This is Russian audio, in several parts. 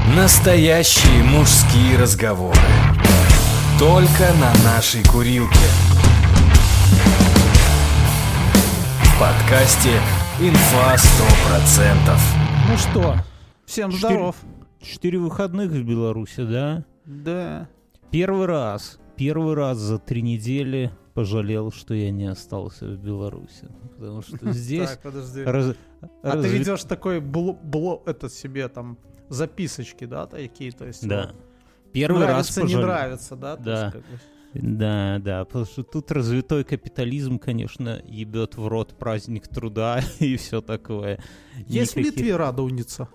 Настоящие мужские разговоры. Только на нашей курилке. В подкасте «Инфа 100%». Ну что, всем здоров. 4 выходных в Беларуси, да? Да. Первый раз за 3 недели пожалел, что я не остался в Беларуси. Потому что здесь... Так, подожди. Ты ведешь такой это себе там записочки, да, такие, то есть... Да. Первый раз пожалел. Не нравится, да? Да. Да, потому что тут развитой капитализм, конечно, ебет в рот праздник труда и все такое. Есть в Литве радуница?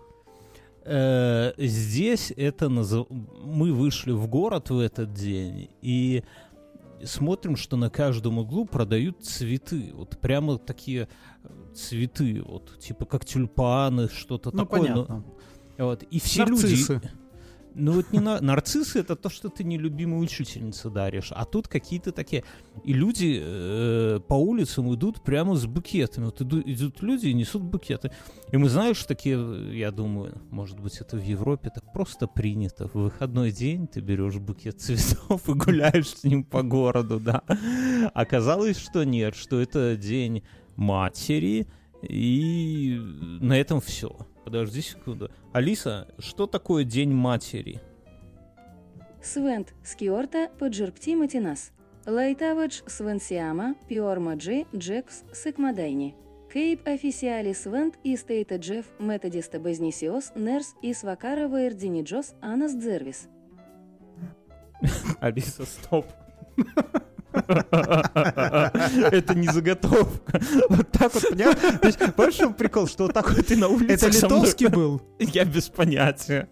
Здесь мы вышли в город в этот день и смотрим, что на каждом углу продают цветы. Вот прямо такие цветы, вот типа как тюльпаны, что-то такое. Понятно. Вот. И все нарциссы. люди... Ну вот не нарциссы — это то, что ты нелюбимой учительнице даришь, а тут какие-то такие... И люди по улицам идут прямо с букетами. Вот идут люди и несут букеты. И мы, знаешь, такие, я думаю, может быть, это в Европе так просто принято. В выходной день ты берешь букет цветов и гуляешь с ним по городу, да. Оказалось, что нет, что это День матери, и на этом все. Подожди секунду. Алиса, что такое День матери? Свент скиорта поджерпти матинас. Лайтавадж свенсиама пиормаджи джекс сыкмадайни. Кейп официали свент и стейта джеф методиста безнисиос нерс и свакара ваердиниджос анас дзервис. Алиса, стоп. Это не заготовка. Вот так вот, понимаешь? То есть, понимаешь, что прикол, что вот так вот ты на улице. Это литовский был? Я без понятия.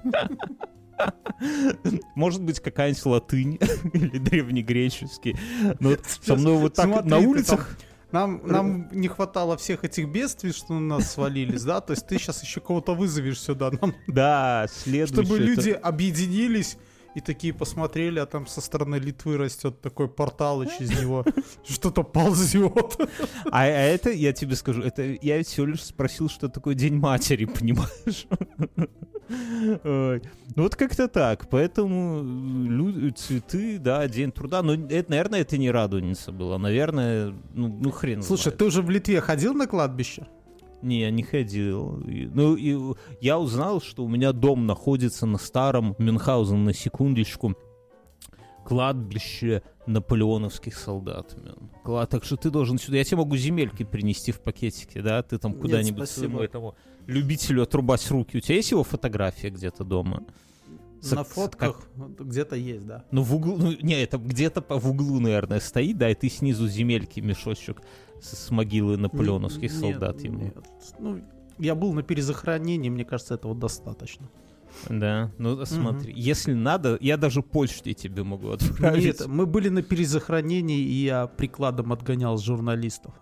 Может быть, какая-нибудь латынь или древнегреческий. Но вот со мной вот так вот на улицах... Нам не хватало всех этих бедствий, что на нас свалились, да? То есть ты сейчас еще кого-то вызовешь сюда. Да, следующее. Чтобы люди объединились и такие посмотрели, а там со стороны Литвы растет такой портал, и через него что-то ползет. А это, я тебе скажу, это я ведь всего лишь спросил, что такое День матери, понимаешь? Ой. Ну вот как-то так. Поэтому цветы, да, День труда. Но это, наверное, это не радуница была. Наверное, ну хрен знает. Слушай, ты уже в Литве ходил на кладбище? Не ходил. Ну, и я узнал, что у меня дом находится на старом Мюнхгаузен, на секундочку, кладбище наполеоновских солдат. Так что ты должен сюда... Я тебе могу земельки принести в пакетике, да? Ты там куда-нибудь своему этому любителю отрубать руки. У тебя есть его фотография где-то дома? На фотках где-то есть, да. Ну, в углу... это где-то в углу, наверное, стоит, да, и ты снизу земельки, мешочек с могилы наполеоновских солдат ему. Нет. Ну, я был на перезахоронении, мне кажется, этого достаточно. Да, ну смотри, если надо, я даже почтой тебе могу отправить. Нет, мы были на перезахоронении, и я прикладом отгонял журналистов.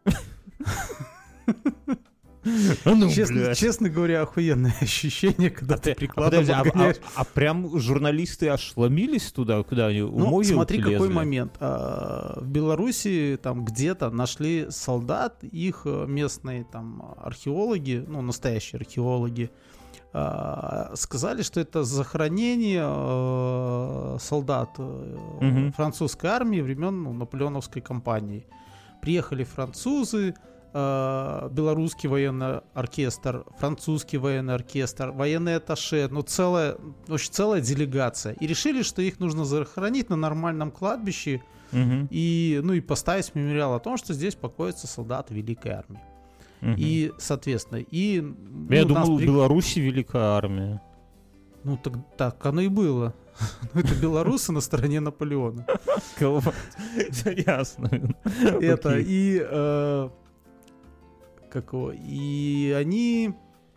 Честно говоря, охуенное ощущение, когда ты прикладом отгоняешь. А прям журналисты аж ломились туда, куда они у могилки смотри, лезли. какой момент. В Беларуси там где-то нашли солдат, их местные там археологи, ну, настоящие археологи, сказали, что это захоронение солдат французской армии времен наполеоновской кампании. Приехали французы, белорусский военный оркестр, французский военный оркестр, военный атташе, целая делегация. И решили, что их нужно захоронить на нормальном кладбище и поставить мемориал о том, что здесь покоятся солдаты Великой армии. И, соответственно, я думал, в Беларуси Великая армия. Ну, так оно и было. Это белорусы на стороне Наполеона. Ясно. Это, и они,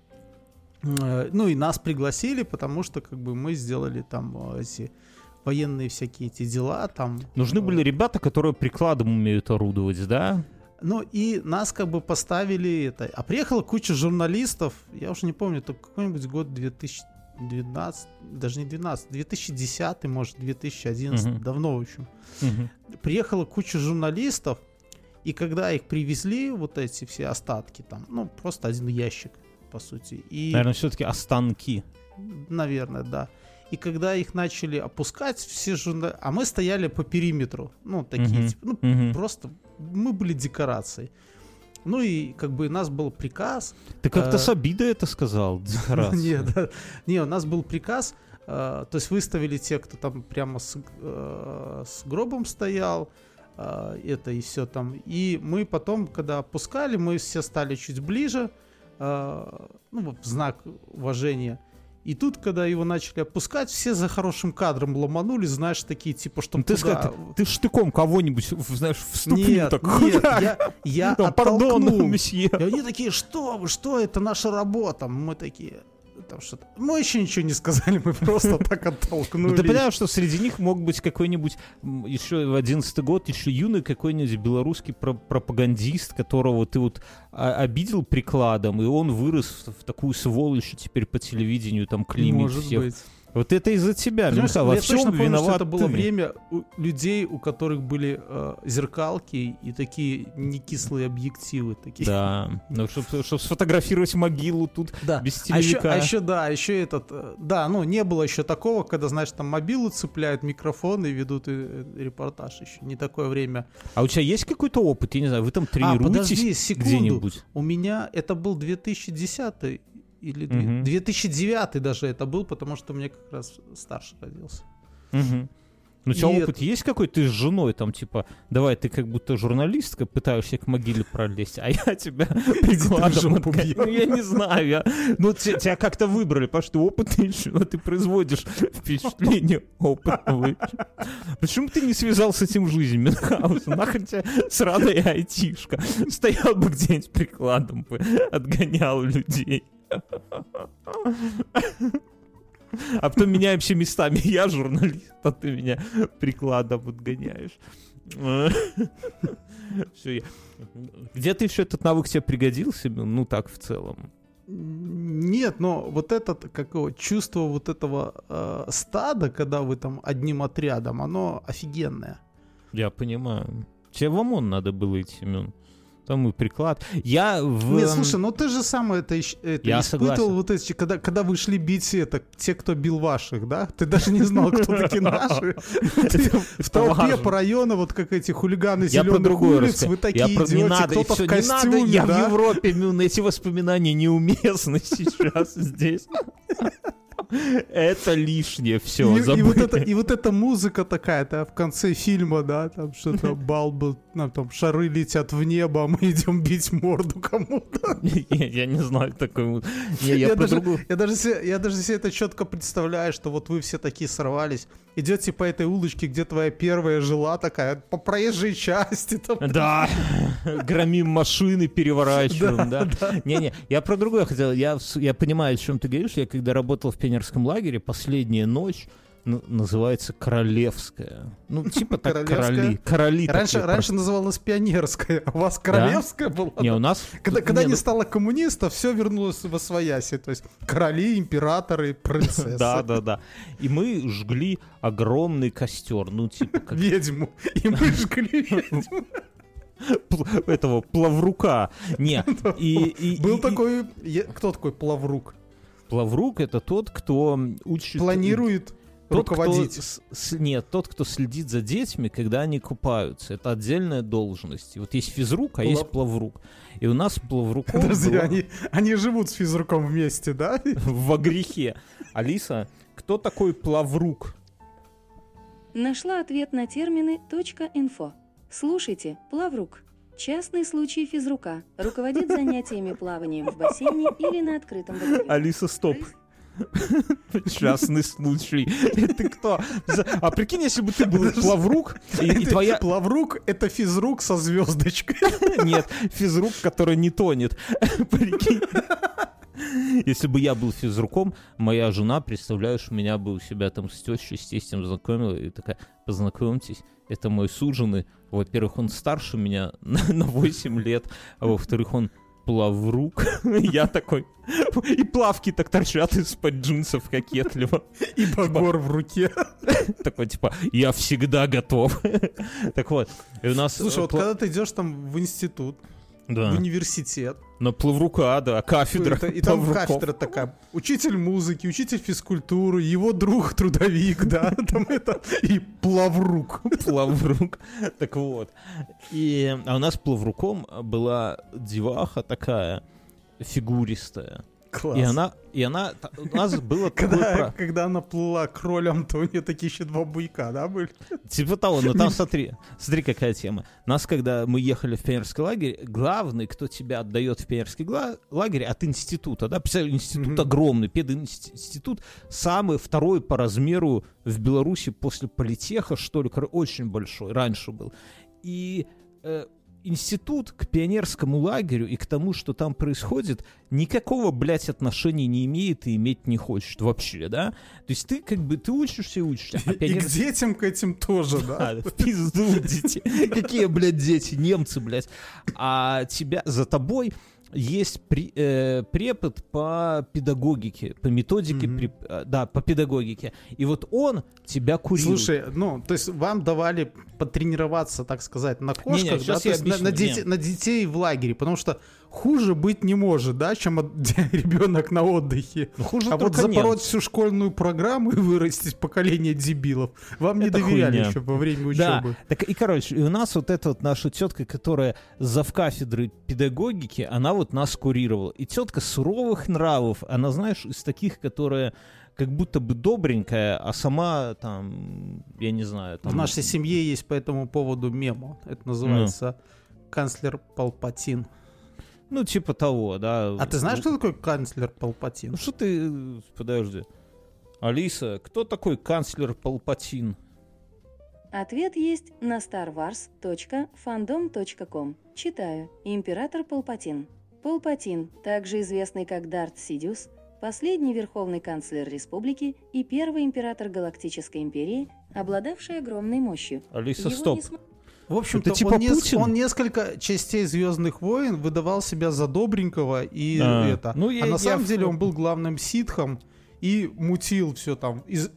и нас пригласили, потому что мы сделали там эти военные всякие эти дела там. Нужны были ребята, которые прикладом умеют орудовать, да? Ну и нас поставили это. А приехала куча журналистов, я уже не помню, это какой-нибудь год 2012, даже не 12, 2010, может, 2011, давно, в общем. Приехала куча журналистов. И когда их привезли, вот эти все остатки, там, просто один ящик, по сути. И, наверное, все-таки останки. наверное, да. И когда их начали опускать, все журналы... А мы стояли по периметру. Ну, такие, типа, просто мы были декорацией. Ну и как бы у нас был приказ... Ты как-то с обидой это сказал, декорация. Нет, у нас был приказ, то есть выставили те, кто там прямо с гробом стоял, это и все там. И мы потом, когда опускали, мы все стали чуть ближе, в знак уважения. И тут, когда его начали опускать, все за хорошим кадром ломанулись, знаешь, такие, типа, что ты штыком кого-нибудь, знаешь, в ступню нет, так... Нет, я Пардон, оттолкнул. месье. И они такие, что вы, что это наша работа? Мы такие... Там что-то. Мы еще ничего не сказали, мы просто так оттолкнули. Ты понимаешь, что среди них мог быть какой-нибудь еще в 11-й год, еще юный какой-нибудь белорусский пропагандист, которого ты вот обидел прикладом, и он вырос в такую сволочь, теперь по телевидению там клеймит всех. Быть. Вот это из-за тебя, Миха, во я всем точно помню, виноват что это было ты. время людей, у которых были зеркалки и такие некислые объективы. Такие. Да, ну, чтобы сфотографировать могилу тут без телевика. еще этот... не было еще такого, когда, знаешь, там мобилу цепляют, микрофон и ведут репортаж еще. Не такое время. А у тебя есть какой-то опыт? Я не знаю, вы там тренируетесь подожди, секунду. где-нибудь? У меня это был 2010 или 2009 даже это был, потому что мне как раз старше родился. Ну, у тебя опыт есть какой-то? Ты с женой там, типа, давай, ты как будто журналистка, пытаешься к могиле пролезть, а я тебя прикладом отгоняю. Ну, я не знаю. Ну, тебя как-то выбрали, потому что ты опытный, но ты производишь впечатление опытного. Почему ты не связал с этим жизнь, Мюнхгаузен? Нахрен тебя сраная айтишка. Стоял бы где-нибудь прикладом бы, отгонял людей. А потом меняемся местами. Я журналист, а ты меня прикладом отгоняешь. Все. Где ты еще этот навык тебе пригодился? Ну так, в целом. Нет, но вот это чувство вот этого стада, когда вы там одним отрядом, оно офигенное. Я понимаю. Тебе в ОМОН надо было идти, Мюн. Там и приклад. Нет, слушай, ну ты же сам это испытывал, вот эти, когда вы шли бить те, кто бил ваших, да? Ты даже не знал, кто такие наши. В толпе по району, вот как эти хулиганы зеленых улиц, вы такие идете, кто-то в костюме, я в Европе, Мюн, эти воспоминания неуместны сейчас здесь. Это лишнее, все, забыли. И вот эта музыка такая-то в конце фильма, да, там что-то балбы, там шары летят в небо, а мы идем бить морду кому-то. Я не знаю такой. Я даже себе это четко представляю, что вот вы все такие сорвались, идете по этой улочке, где твоя первая жила такая, по проезжей части. Да, громим машины, переворачиваем, да. Не-не, я про другое хотел, я понимаю, о чем ты говоришь, я когда работал в пионерском лагере, последняя ночь называется Королевская. Ну, типа так короли. Раньше называлась Пионерская, а у вас Королевская была? Не, у нас... Когда не стало коммунистов, все вернулось в освояси. То есть короли, императоры, принцессы. Да. И мы жгли огромный костер. Ну, типа как... Ведьму. И мы жгли ведьму. Этого Плаврука. Не. Был такой... Кто такой Плаврук? Плаврук — это тот, кто учит... Планирует руководить. Тот, кто следит за детьми, когда они купаются. Это отдельная должность. И вот есть физрук, а есть плаврук. И у нас плавруков Подожди, они живут с физруком вместе, да? Во грехе. Алиса, кто такой плаврук? Нашла ответ на термины .info. Слушайте, плаврук. Частный случай физрука. Руководит занятиями плаванием в бассейне или на открытом водоеме. Алиса, стоп. Частный случай. Ты кто? А прикинь, если бы ты был плаврук, и твоя... Плаврук — это физрук со звездочкой. Нет, физрук, который не тонет. Прикинь. Если бы я был физруком, моя жена, представляешь, меня бы у себя там с тещей, с тестем знакомила, и такая: познакомьтесь, это мой суженый. Во-первых, он старше меня на 8 лет, а во-вторых, он плаврук. Я такой... И плавки так торчат из-под джинсов кокетливо. И багор в руке. Такой, типа, я всегда готов. Так вот, и у нас... Слушай, вот когда ты идешь там в институт, Да. в университет. На Плаврука, да, кафедра. И там Плавруков. кафедра такая. Учитель музыки, учитель физкультуры, его друг трудовик, да, там это, и Плаврук. Плаврук. Так вот. А у нас Плавруком была деваха такая, фигуристая. Класс. И она у нас было такое... Когда она плыла кролем, то у нее такие еще два буйка, да, были? Типа того, но там смотри какая тема. Нас, когда мы ехали в пионерский лагерь, главный, кто тебя отдает в пионерский лагерь от института, да, представляете, институт огромный, пединститут, самый второй по размеру в Беларуси после политеха, что ли, очень большой, раньше был. И институт к пионерскому лагерю и к тому, что там происходит, никакого, блядь, отношения не имеет и иметь не хочет вообще, да? То есть ты как бы, ты учишься и учишься. А И к детям к этим тоже, да? В пизду дети. Какие, блядь, дети? Немцы, блядь. А за тобой есть препод по педагогике, по методике, по педагогике. И вот он тебя курирует. Слушай, то есть вам давали потренироваться, так сказать, на кошках, да? То есть на детей в лагере, потому что хуже быть не может, да, чем ребенок на отдыхе. Хуже вот запороть всю школьную программу и вырастить поколение дебилов. Вам не доверяли еще во время учебы. Да, так и, короче, и у нас вот эта вот наша тетка, которая завкафедры педагогики, она вот нас курировала. И тетка суровых нравов, она, знаешь, из таких, которая как будто бы добренькая, а сама там, я не знаю... Там... В нашей семье есть по этому поводу мемо. Это называется канцлер Палпатин. Ну, типа того, да. А ты знаешь, что такое канцлер Палпатин? Ну, что ты... Подожди. Алиса, кто такой канцлер Палпатин? Ответ есть на starwars.fandom.com. Читаю. Император Палпатин. Палпатин, также известный как Дарт Сидиус, последний верховный канцлер республики и первый император Галактической империи, обладавший огромной мощью. Алиса, стоп. В общем-то, типа он несколько частей «Звездных войн» выдавал себя за добренького, и на самом деле он был главным ситхом и мутил все там из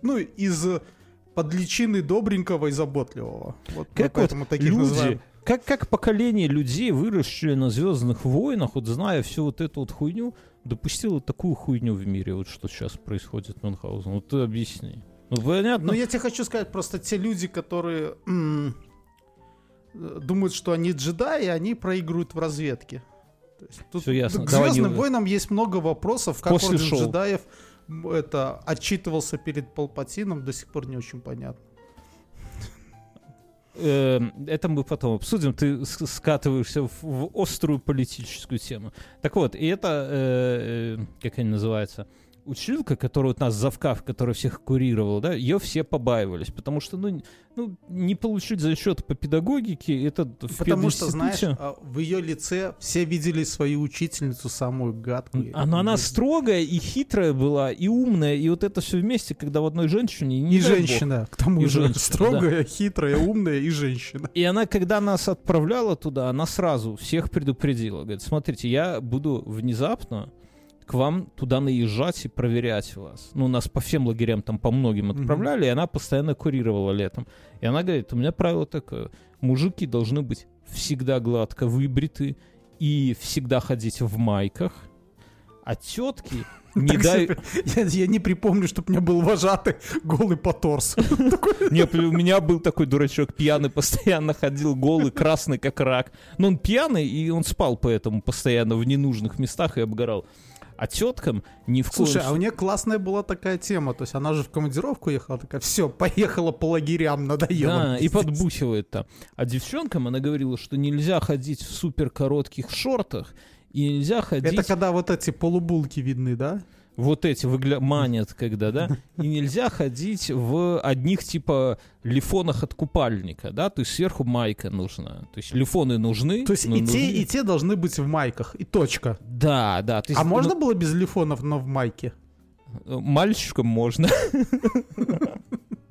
под личины добренького и заботливого. Вот как поэтому вот таких называем. Как поколение людей, выросшие на «Звездных войнах», вот зная всю вот эту вот хуйню, допустило такую хуйню в мире, вот что сейчас происходит в Мюнхгаузене. Вот ты объясни. Ну, понятно? Ну, я тебе хочу сказать, просто те люди, которые думают, что они джедаи, они проигрывают в разведке. То есть, тут все ясно. К «Звездным войнам» есть много вопросов, как Орден джедаев отчитывался перед Палпатином, до сих пор не очень понятно. Это мы потом обсудим. Ты скатываешься в острую политическую тему. Так вот, и это, как они называются, училка, которая у нас завкав, которая всех курировала, да, ее все побаивались, потому что, не получить зачет по педагогике, это в потому что, знаешь, в ее лице все видели свою учительницу самую гадкую. Она строгая и хитрая была, и умная, и вот это все вместе, когда в одной женщине... И женщина, к тому же, женщина, строгая, хитрая, умная и женщина. И она, когда нас отправляла туда, она сразу всех предупредила. Говорит, смотрите, я буду внезапно к вам туда наезжать и проверять вас. Нас по всем лагерям там по многим отправляли, и она постоянно курировала летом. И она говорит, у меня правило такое, мужики должны быть всегда гладко выбриты и всегда ходить в майках, а тетки не дай... Я не припомню, чтобы у меня был вожатый голый по торсу. Нет, у меня был такой дурачок пьяный, постоянно ходил голый, красный как рак. Но он пьяный, и он спал поэтому постоянно в ненужных местах и обгорал. А теткам ни в коем... Слушай, а у нее классная была такая тема, то есть она же в командировку ехала, такая, все, поехала по лагерям, надоело. Да, и подбухивает там. А девчонкам она говорила, что нельзя ходить в супер коротких шортах, и нельзя ходить... Это когда вот эти полубулки видны, да? Вот эти манят, когда, да? И нельзя ходить в одних типа лифонах от купальника, да? То есть сверху майка нужна. То есть лифоны нужны. То есть и те должны быть в майках, и точка. Да. То есть, можно было без лифонов, но в майке? Мальчикам можно.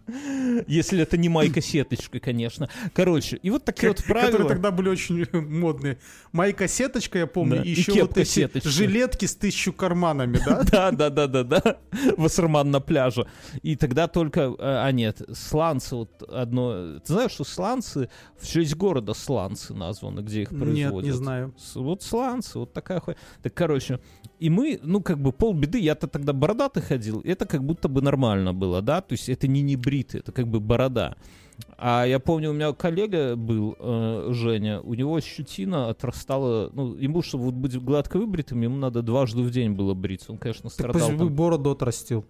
Если это не майка-сеточка, конечно. Короче, и вот такие вот правила. Которые тогда были очень модные. Майка-сеточка, я помню, Да. и И еще вот эти кепка-сеточка. жилетки с 1000 карманами, да? Да. Вассерман на пляже. И тогда только... нет, сланцы вот одно... Ты знаешь, что сланцы... В честь города сланцы названы, где их производят? Нет, не знаю. Вот сланцы, вот такая хуйня. Так, короче, и мы, ну, как бы полбеды, я-то тогда бородатый ходил, это как будто бы нормально было, да? То есть это не небритый, это как бы борода. А я помню, у меня коллега был, Женя, у него щетина отрастала, ну, ему, чтобы вот быть гладко выбритым, ему надо дважды в день было бриться. Он, конечно, Так страдал. пусть бы бороду отрастил.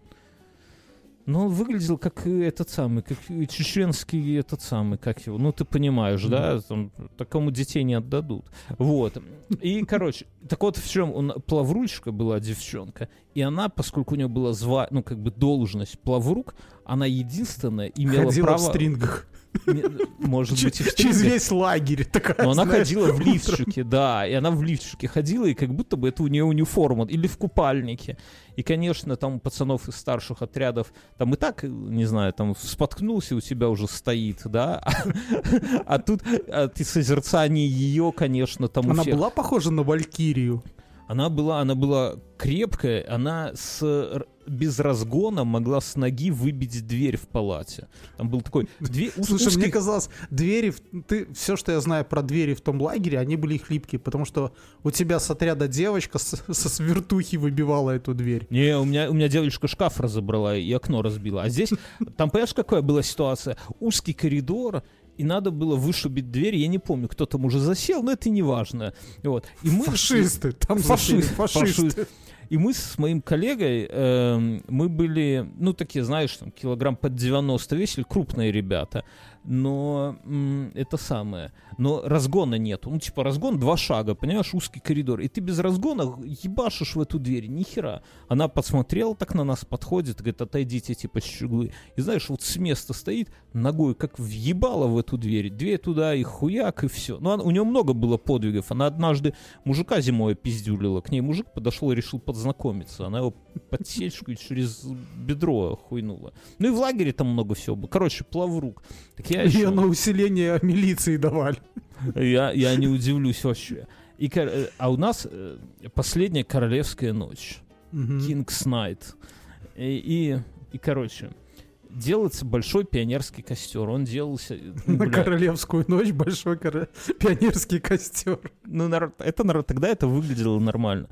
Но он выглядел как этот самый, как чеченский этот самый, как его, ну ты понимаешь, да, там, такому детей не отдадут. Вот. И, короче, так вот в чем он, плавручка была девчонка, и она, поскольку у нее была ну как бы должность плаврук, она единственная имела Ходила право... в стрингах. Может быть, и в Через стрингах. весь лагерь. Такая, Но она знаешь, ходила в лифчике, да, и она в лифчике ходила, и как будто бы это у нее униформа, или в купальнике. И, конечно, там у пацанов из старших отрядов, там и так, не знаю, там споткнулся, у тебя уже стоит, да, а тут от созерцания ее, конечно, там у Она всех... была похожа на Валькирию? Она была крепкая, она без разгона могла с ноги выбить дверь в палате. Там был такой... Слушай, мне казалось, двери... Все, что я знаю про двери в том лагере, они были хлипкие, потому что у тебя с отряда девочка со свертухи выбивала эту дверь. Не, у меня девочка шкаф разобрала и окно разбила. А здесь, там, понимаешь, какая была ситуация? Узкий коридор, и надо было вышибить дверь. Я не помню, кто там уже засел, но это не важно. Вот. И мы... Фашисты. Там Фашисты. И мы с моим коллегой, мы были, ну, такие, знаешь, там, килограмм под 90 весили, крупные ребята. Но это самое. Но разгона нету. Ну, типа, разгон 2 шага, понимаешь, узкий коридор. И ты без разгона ебашишь в эту дверь. Ни хера. Она посмотрела так на нас, подходит, говорит, отойдите, типа, щеглы. И знаешь, вот с места стоит, ногой как въебала в эту дверь. Дверь туда, и хуяк, и все. Ну, у нее много было подвигов. Она однажды мужика зимой пиздюлила. К ней мужик подошел и решил подзнакомиться. Она его подсечку через бедро хуйнула. Ну, и в лагере там много всего было. Короче, плаврук. Так я Ее на усиление милиции давали. Я не удивлюсь вообще. А у нас последняя королевская ночь. King's Night. И короче, делается большой пионерский костер. Он делался... На королевскую ночь большой пионерский костер. Ну, тогда это выглядело нормально.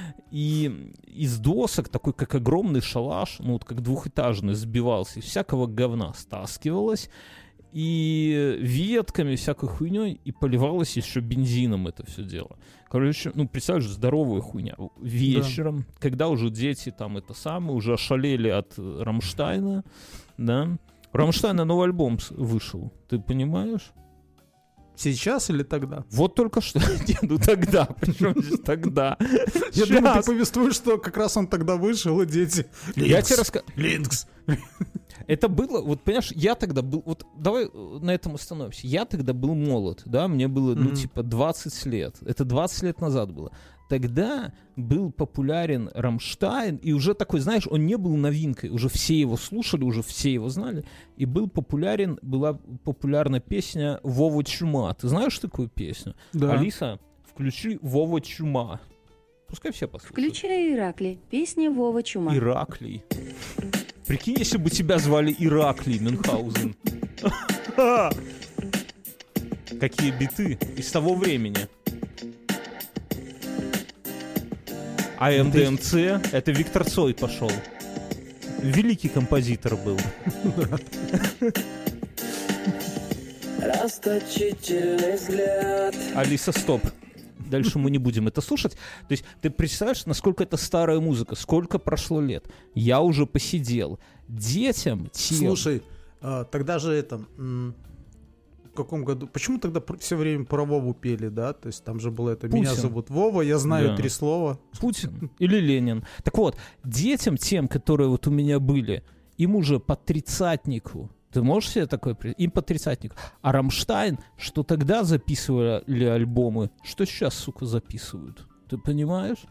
И из досок такой, как огромный шалаш, ну, вот как двухэтажный, сбивался. Из всякого говна стаскивалось. И ветками, всякой хуйней, и поливалось еще бензином это все дело. Короче, ну, представляешь, здоровая хуйня. Вечером, да. Когда уже дети там это самое, уже ошалели от Рамштайна, да. У Рамштайна новый альбом вышел, ты понимаешь? Сейчас или тогда? Вот только что. Ну тогда. Причем здесь тогда? Я думаю, ты повествуешь, что как раз он тогда вышел, и дети... Я тебе расскажу. Линкс. Это было, вот понимаешь, я тогда был, вот давай на этом остановимся. Я тогда был молод, да, мне было, ну, типа 20 лет. Это 20 лет назад было. Тогда был популярен Рамштайн, и уже такой, знаешь, он не был новинкой, уже все его слушали, уже все его знали, и была популярна песня «Вова Чума». Ты знаешь такую песню? Да. Алиса, включи «Вова Чума». Пускай все послушают. Включаю Ираклий. Песня «Вова Чума». Ираклий. Прикинь, если бы тебя звали Ираклий Мюнхгаузен. Какие биты из того времени. А МДМЦ — это Виктор Цой пошел. Великий композитор был. Расточительный взгляд. Алиса, стоп. Дальше мы не будем это слушать. То есть ты представляешь, насколько это старая музыка, сколько прошло лет. Я уже посидел. Детям тем... Слушай, тогда же это... В каком году? Почему тогда все время про Вову пели, да? То есть там же было это «Меня зовут Вова, я знаю 3 слова». Путин или Ленин. Так вот, детям тем, которые вот у меня были, им уже по 30-нику. Ты можешь себе такое представить? Им по 30-нику. А Рамштайн, что тогда записывали альбомы, что сейчас, сука, записывают? Ты понимаешь?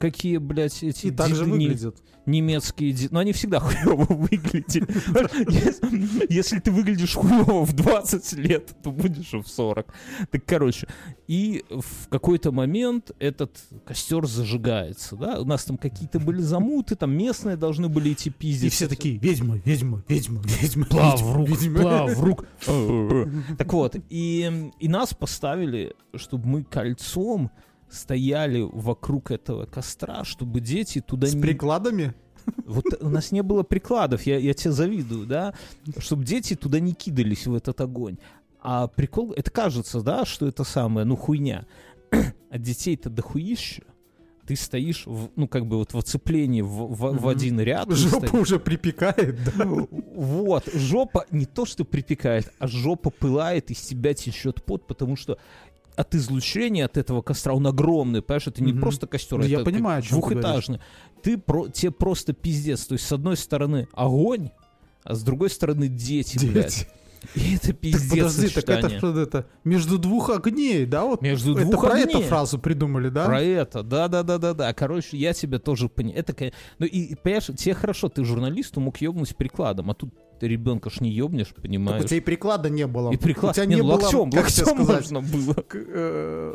какие, блядь, эти И так же деды выглядят. немецкие... Но они всегда хуёво выглядели. Если ты выглядишь хуёво в 20 лет, то будешь и в 40. Так, короче, и в какой-то момент этот костер зажигается, да? У нас там какие-то были замуты, там местные должны были идти пиздить. И все такие: ведьма, ведьма, ведьма, ведьма. Плаврук. Так вот, и нас поставили, чтобы мы кольцом стояли вокруг этого костра, чтобы дети туда С прикладами? Вот у нас не было прикладов, я тебе завидую, да? Чтобы дети туда не кидались в этот огонь. А прикол, это кажется, да, что это самое, ну, хуйня. А детей-то дохуища. Ты стоишь, в оцеплении в один ряд. Жопа уже припекает, да? Вот, жопа не то, что припекает, а жопа пылает, из тебя течет пот, потому что от излучения от этого костра, он огромный, понимаешь, это не просто костер, Ну, это я понимаю, о чем ты двухэтажный. Тебе просто пиздец, то есть с одной стороны огонь, а с другой стороны дети. Блядь. И это пиздец. Так подожди, сочетание. так это между двух огней, да? Вот Между это двух про огней. эту фразу придумали, да? Про это, да. Короче, я тебя тоже понимаю. Это, ну и, понимаешь, тебе хорошо, ты журналисту мог ёбнуть прикладом, а тут ты ребенка ж не ёбнешь, понимаешь? Так у тебя и приклада не было. И приклад, У тебя не было, локтем как тебе сказать, можно было.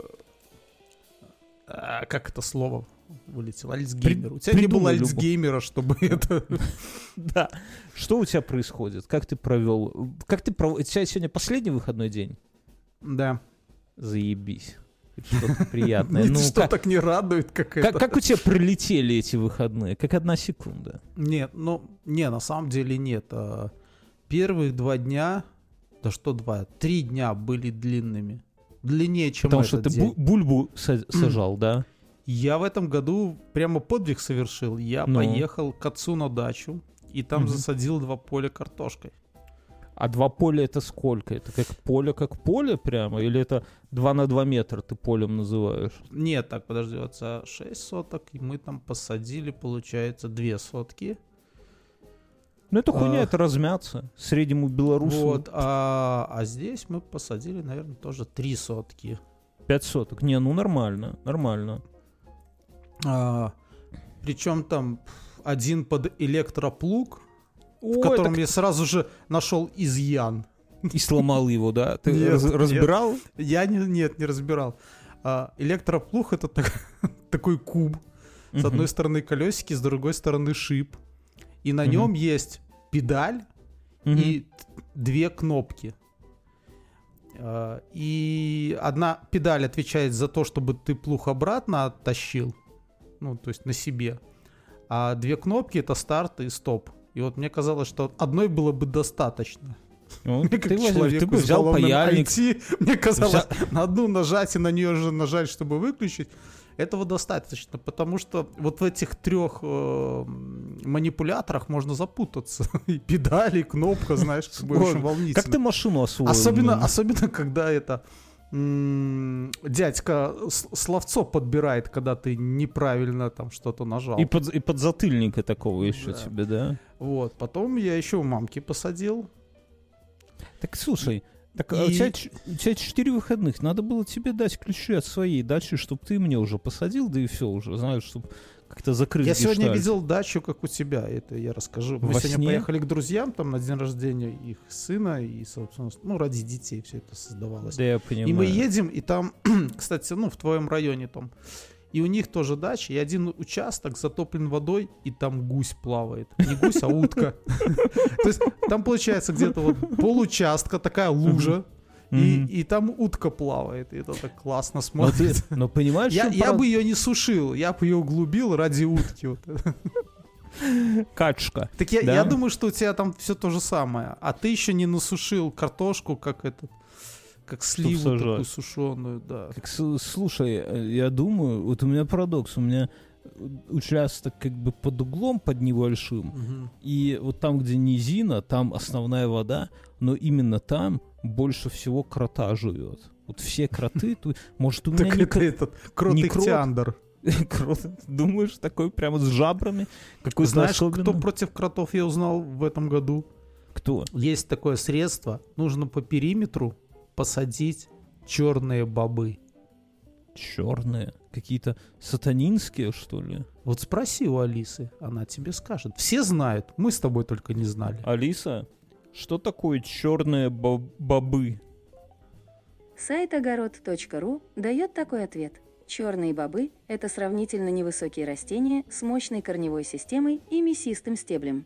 как это слово вылетело? Альцгеймер. У тебя не было придумай альцгеймера, чтобы это... Да. Что у тебя происходит? Как ты провел? У тебя сегодня последний выходной день? Да. Заебись. Что-то приятное. Что так не радует, как это. Как у тебя пролетели эти выходные? Как 1 секунда? Нет, на самом деле нет. Первых 2 дня, 3 дня были длинными. Длиннее, чем Потому этот что ты день. бульбу сажал, да? Я в этом году прямо подвиг совершил. Я поехал к отцу на дачу и там засадил 2 поля картошкой. А 2 поля это сколько? Это как поле прямо? Или это 2 на 2 метра ты полем называешь? Нет, так, подожди, у отца 6 соток, и мы там посадили, получается, 2 сотки. Ну это хуйня, это размяться среднему белорусу. Вот, а здесь мы посадили, наверное, тоже 3 сотки. 5 соток. Не, ну нормально. Причем там один под электроплуг, в котором я сразу же нашел изъян. И сломал его, да? Ты Нет, разбирал? Я не разбирал. Электроплуг — это такой куб. С одной стороны колесики, с другой стороны шип. И на нем есть педаль и 2 кнопки. И одна педаль отвечает за то, чтобы ты плуг обратно оттащил, ну, то есть на себе. А 2 кнопки — это старт и стоп. И вот мне казалось, что одной было бы достаточно. Ну, Мне как ты человеку бы с взял головным паяльник. IT, мне казалось, на одну нажать и на нее же нажать, чтобы выключить. Этого достаточно, потому что вот в этих 3 манипуляторах можно запутаться. И педали, и кнопка, знаешь, как бы очень волнительно. Как ты машину освоил? Особенно когда это дядька словцо подбирает, когда ты неправильно там что-то нажал. И подзатыльника такого еще тебе, да? Вот, потом я еще у мамки посадил. Так слушай, так у тебя 4 выходных, надо было тебе дать ключи от своей дачи, чтобы ты мне уже посадил, да и все уже, знаешь, чтобы как-то закрыть Я гештальт. сегодня видел дачу, как у тебя, это я расскажу. Мы Во сегодня сне? поехали к друзьям там на день рождения их сына, и, собственно, ради детей все это создавалось. Да, я понимаю. И мы едем, и там, кстати, в твоем районе там, и у них тоже дача, и один участок затоплен водой, и там гусь плавает. Не гусь, а утка. То есть там получается где-то вот получастка, такая лужа, и там утка плавает, и это так классно смотрится. Но понимаешь, Я бы ее не сушил, я бы ее углубил ради утки. Качка. Так я думаю, что у тебя там все то же самое. А ты еще не насушил картошку, как сливу такую сушеную, да. Слушай, я думаю, вот у меня парадокс, у меня участок как бы под углом, под небольшим, и вот там, где низина, там основная вода, но именно там больше всего крота живет. Вот все кроты, может, у меня так не это этот крот-ихтиандр. Крот, думаешь, такой прямо с жабрами? Какой Знаешь, кто против кротов я узнал в этом году? Кто? Есть такое средство, нужно по периметру посадить черные бобы. Черные? Какие-то сатанинские, что ли? Вот спроси у Алисы, она тебе скажет. Все знают, мы с тобой только не знали. Алиса, что такое черные бобы? Сайт огород.ру дает такой ответ. Черные бобы – это сравнительно невысокие растения с мощной корневой системой и мясистым стеблем.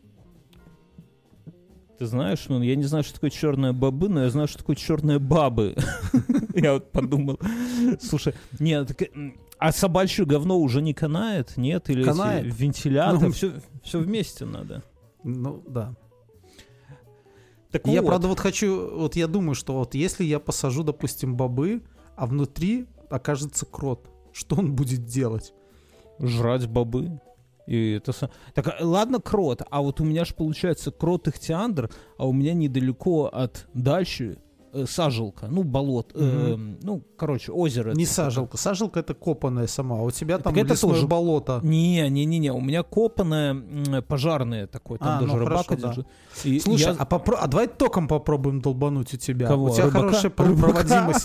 Ты знаешь, ну, я не знаю, что такое черные бобы, но я знаю, что такое черные бабы. Я вот подумал, слушай, нет, а собачье говно уже не канает, нет? Или вентилятор, все вместе надо. Ну, да. Так я, вот. правда, вот хочу, вот я думаю, что вот если я посажу, допустим, бобы, а внутри окажется крот, что он будет делать? Жрать бобы. И это так, ладно, крот, а вот у меня же получается крот-ихтиандр, а у меня недалеко от дачи сажалка, ну, болот, ну, короче, озеро. Не сажалка, сажалка это копанная сама, а у тебя там это лесное тоже болото. Не, у меня копанное пожарное такое, там даже рыбака держит. Да. Слушай, а давай током попробуем долбануть у тебя. Кого? У тебя Рыбака? хорошая проводимость.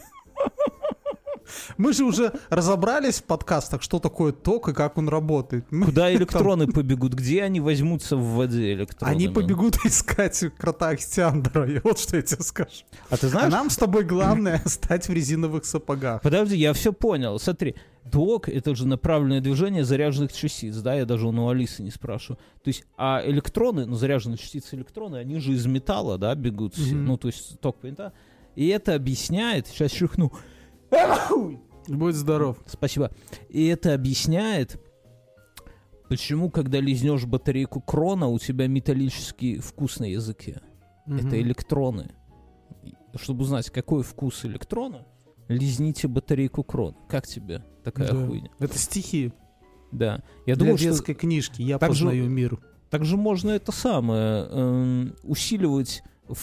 Мы же уже разобрались в подкастах, что такое ток и как он работает. Куда электроны побегут? Где они возьмутся в воде, электроны? Они побегут искать крота Ихтиандра. Вот что я тебе скажу. А ты знаешь? А нам с тобой главное стать в резиновых сапогах. Подожди, я все понял. Смотри, ток — это же направленное движение заряженных частиц, да? Я даже у Алисы не спрашиваю. То есть, а электроны, ну, заряженные частицы электроны, они же из металла, да, бегут все. Ну, то есть, ток понятно. И это объясняет, сейчас чихну. Будь здоров. Спасибо. И это объясняет, почему, когда лизнешь батарейку крона, у тебя металлический вкус на языке. Это электроны. Чтобы узнать, какой вкус электрона, лизните батарейку крона. Как тебе такая хуйня? Это стихи. Да. Я Для думаю, детской книжки «Я так познаю мир». Также можно это самое усиливать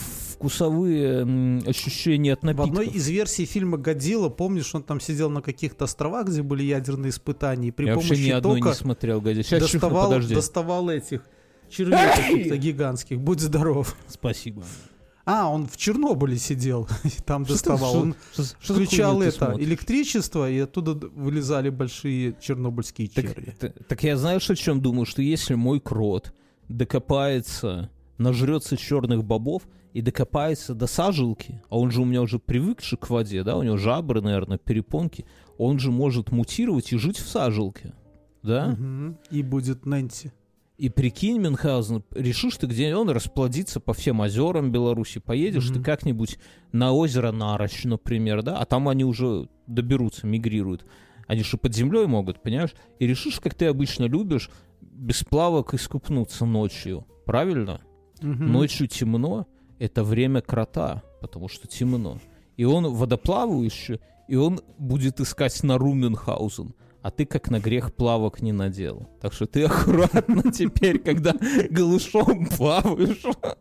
вкусовые ощущения от напитков. В одной из версий фильма «Годзилла», помнишь, он там сидел на каких-то островах, где были ядерные испытания, и при Я помощи вообще ни одной тока не смотрел «Годзилла». доставал этих червей каких-то гигантских. Будь здоров. Спасибо. А, он в Чернобыле сидел, и там доставал. Он включал электричество, и оттуда вылезали большие чернобыльские черви. Так я знаешь, о чем думаю? Что если мой крот докопается, нажрется черных бобов и докопается до сажилки, а он же у меня уже привыкший к воде, да, у него жабры, наверное, перепонки, он же может мутировать и жить в сажилке, да? И будет Нэнси. И прикинь, Мюнхгаузен, решишь ты, где он расплодится по всем озерам Беларуси, поедешь ты как-нибудь на озеро Нарощ, например, да, а там они уже доберутся, мигрируют. Они же под землей могут, понимаешь? И решишь, как ты обычно любишь, без плавок искупнуться ночью, правильно? Ночью темно, это время крота, потому что темно. И он водоплавающий, и он будет искать нору Мюнхгаузен. А ты как на грех плавок не надел. Так что ты аккуратно теперь, когда голышом плаваешь.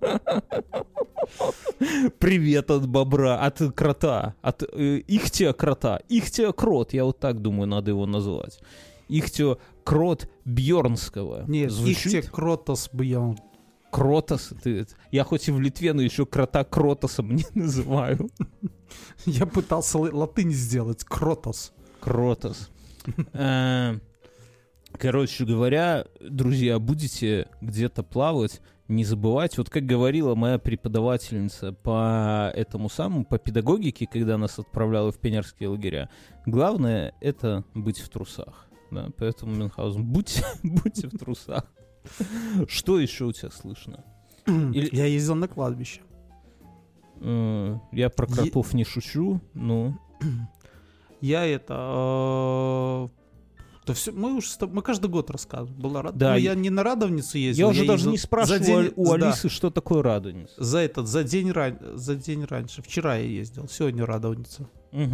Привет от бобра, от крота, от ихтиокрота. Ихтиокрот, я вот так думаю, надо его назвать. Ихтиокрот Бьернского. Нет, Ихтиокротос Бьерн. Кротос. Я хоть и в Литве, но еще крота Кротосом не называю. Я пытался латынь сделать. Кротос. Кротос. Короче говоря, друзья, будете где-то плавать, не забывайте, вот как говорила моя преподавательница по этому самому, по педагогике, когда нас отправляла в пионерские лагеря, главное — это быть в трусах. Да? Поэтому, Мюнхгаузен, будьте в трусах. Что еще у тебя слышно? Я ездил на кладбище. Я про кротов не шучу, но... Я это... мы каждый год рассказываем. Да, я не на Радовницу ездил. Я уже даже не спрашивал у Алисы, что такое Радовница. За день раньше. Вчера я ездил, сегодня Радовница.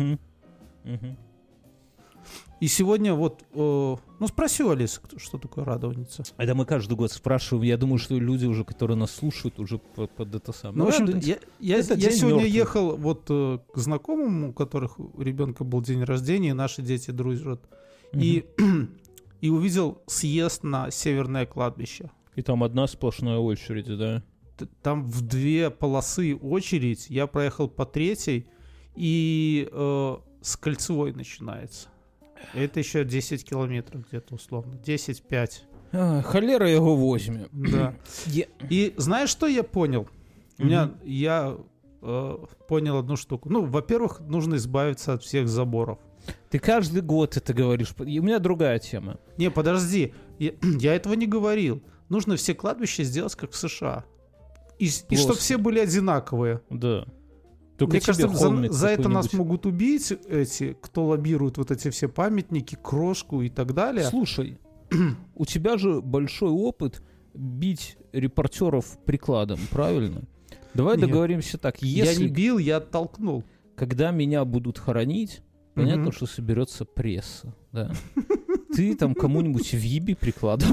И сегодня вот... спроси у Алисы, что такое Радовница. Это мы каждый год спрашиваем. Я думаю, что люди уже, которые нас слушают, уже под это самое. Ну, в общем, я сегодня ехал вот к знакомому, у которых у ребенка был день рождения, и наши дети дружат. И увидел съезд на Северное кладбище. И там одна сплошная очередь, да? Там в 2 полосы очередь. Я проехал по 3-й. И с Кольцевой начинается. Это еще 10 километров где-то условно. 10-5. Холера его возьми. Да. И знаешь, что я понял? Я понял одну штуку. Ну, во-первых, нужно избавиться от всех заборов. Ты каждый год это говоришь. И у меня другая тема. Не, подожди. Я этого не говорил. Нужно все кладбища сделать, как в США. И чтобы все были одинаковые. Да. Только мне кажется, за это нас могут убить эти, кто лоббирует вот эти все памятники, крошку и так далее. Слушай, у тебя же большой опыт бить репортеров прикладом, правильно? Давай договоримся так. Если... Я не бил, я оттолкнул. Когда меня будут хоронить, понятно, что соберется пресса, да? Ты там кому-нибудь въеби прикладом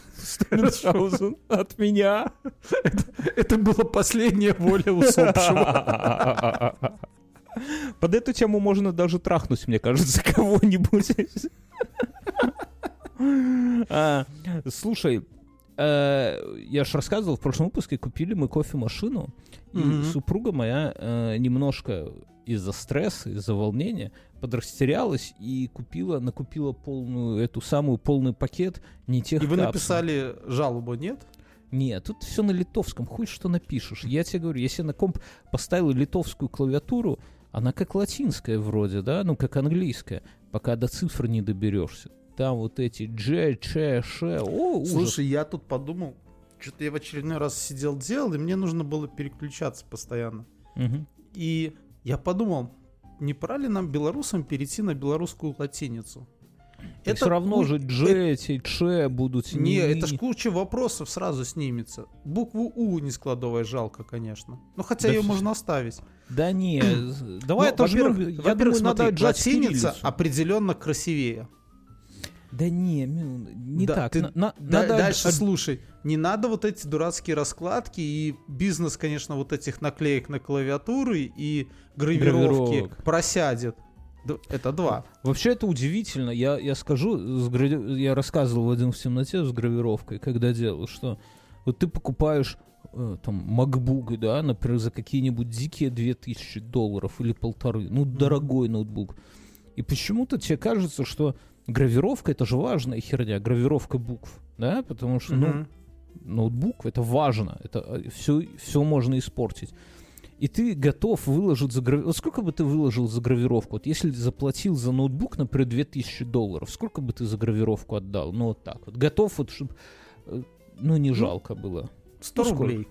от меня. Это была последняя воля усопшего. Под эту тему можно даже трахнуть, мне кажется, кого-нибудь. Слушай, я же рассказывал в прошлом выпуске, купили мы кофемашину, и супруга моя немножко из-за стресса, из-за волнения подрастерялась и накупила полный пакет не тех капсул. И вы написали жалобу, нет? Нет, тут все на литовском, хуй что напишешь. Я тебе говорю, если на комп поставил литовскую клавиатуру, она как латинская вроде, да, ну как английская, пока до цифр не доберешься. Там вот эти G, Ч, Ш, ужас. Слушай, я тут подумал, что-то я в очередной раз сидел, делал, и мне нужно было переключаться постоянно. И я подумал, не пора ли нам, белорусам, перейти на белорусскую латиницу? Это все равно же G, Ч будут... Не, это ж куча вопросов сразу снимется. Букву У не складывая жалко, конечно. Ну, хотя ее можно оставить. Да не, давай это же... Во-первых, смотри, латиница определенно красивее. Да не так. Дальше слушай. Не надо вот эти дурацкие раскладки и бизнес, конечно, вот этих наклеек на клавиатуры и гравировки просядет. Это 2. Вообще это удивительно. Я скажу, я рассказывал «Один в темноте» с гравировкой, когда делал, что вот ты покупаешь там MacBook, да, например, за какие-нибудь дикие $2000 или 1500, ну, дорогой ноутбук. И почему-то тебе кажется, что гравировка — это же важная херня, гравировка букв, да, потому что, ну, ноутбук — это важно, это все можно испортить. И ты готов выложить за гравировку. Вот сколько бы ты выложил за гравировку? Вот если заплатил за ноутбук, например, $2000, сколько бы ты за гравировку отдал? Ну, вот так вот. Готов, вот, чтобы, ну, не жалко было. 100 рублей.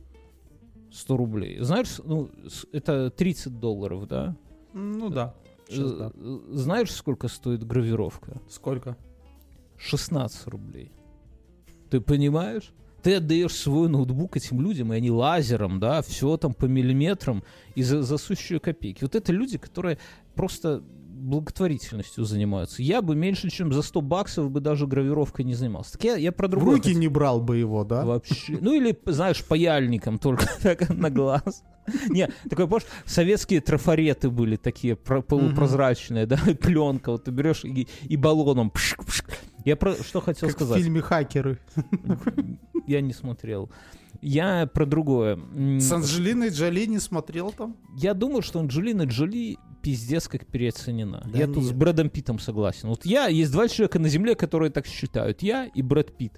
100 рублей. Знаешь, ну, это $30, да? Ну, да. Сейчас, да. Знаешь, сколько стоит гравировка? Сколько? 16 рублей. Ты понимаешь? Ты отдаешь свой ноутбук этим людям, и они лазером, да, все там по миллиметрам, и за сущие копейки. Вот это люди, которые просто благотворительностью занимаются. Я бы меньше, чем за $100 бы даже гравировкой не занимался. Так я про другое. В руки не брал бы его, да? Вообще. Ну или, знаешь, паяльником только так на глаз. Не, такой, помнишь, советские трафареты были такие полупрозрачные, да, пленка, вот ты берешь и баллоном пшк-пшк. Я про что хотел сказать. Как в фильме «Хакеры». Я не смотрел. Я про другое. С Анджелиной Джоли не смотрел там? Я думаю, что Анджелина Джоли пиздец как переоценена. Да я тут с Брэдом Питтом согласен. Вот есть 2 человека на Земле, которые так считают. Я и Брэд Питт.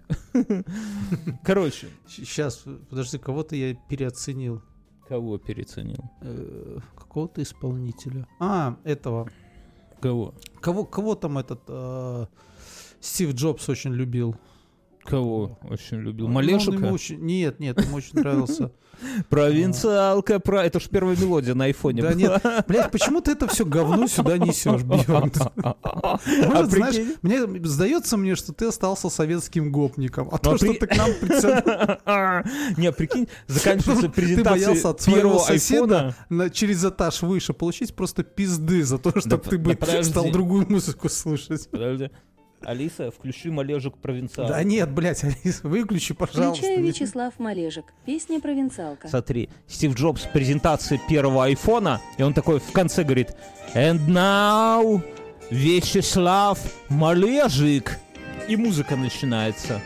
Короче. Сейчас, подожди, кого-то я переоценил. Кого переоценил? Какого-то исполнителя. Этого. Кого? Кого там этот Стив Джобс очень любил? Кого очень любил? Малешика? Нет, ему очень нравился. Провинциалка, это ж первая мелодия на айфоне была. Да нет, блядь, почему ты это все говно сюда несешь, Бьерн? Может, знаешь, сдается мне, что ты остался советским гопником, а то, что ты к нам прицепил... Не, прикинь, заканчивается презентация первого айфона. Через этаж выше получить просто пизды за то, что ты бы стал другую музыку слушать. Подожди. Алиса, включи Малежик «Провинциалка». Да нет, блядь, Алиса, выключи, пожалуйста. Включаю Вячеслав Малежик. Песня «Провинциалка». Смотри, Стив Джобс, презентация первого айфона, и он такой в конце говорит: «And now, Вячеслав Малежик». И музыка начинается.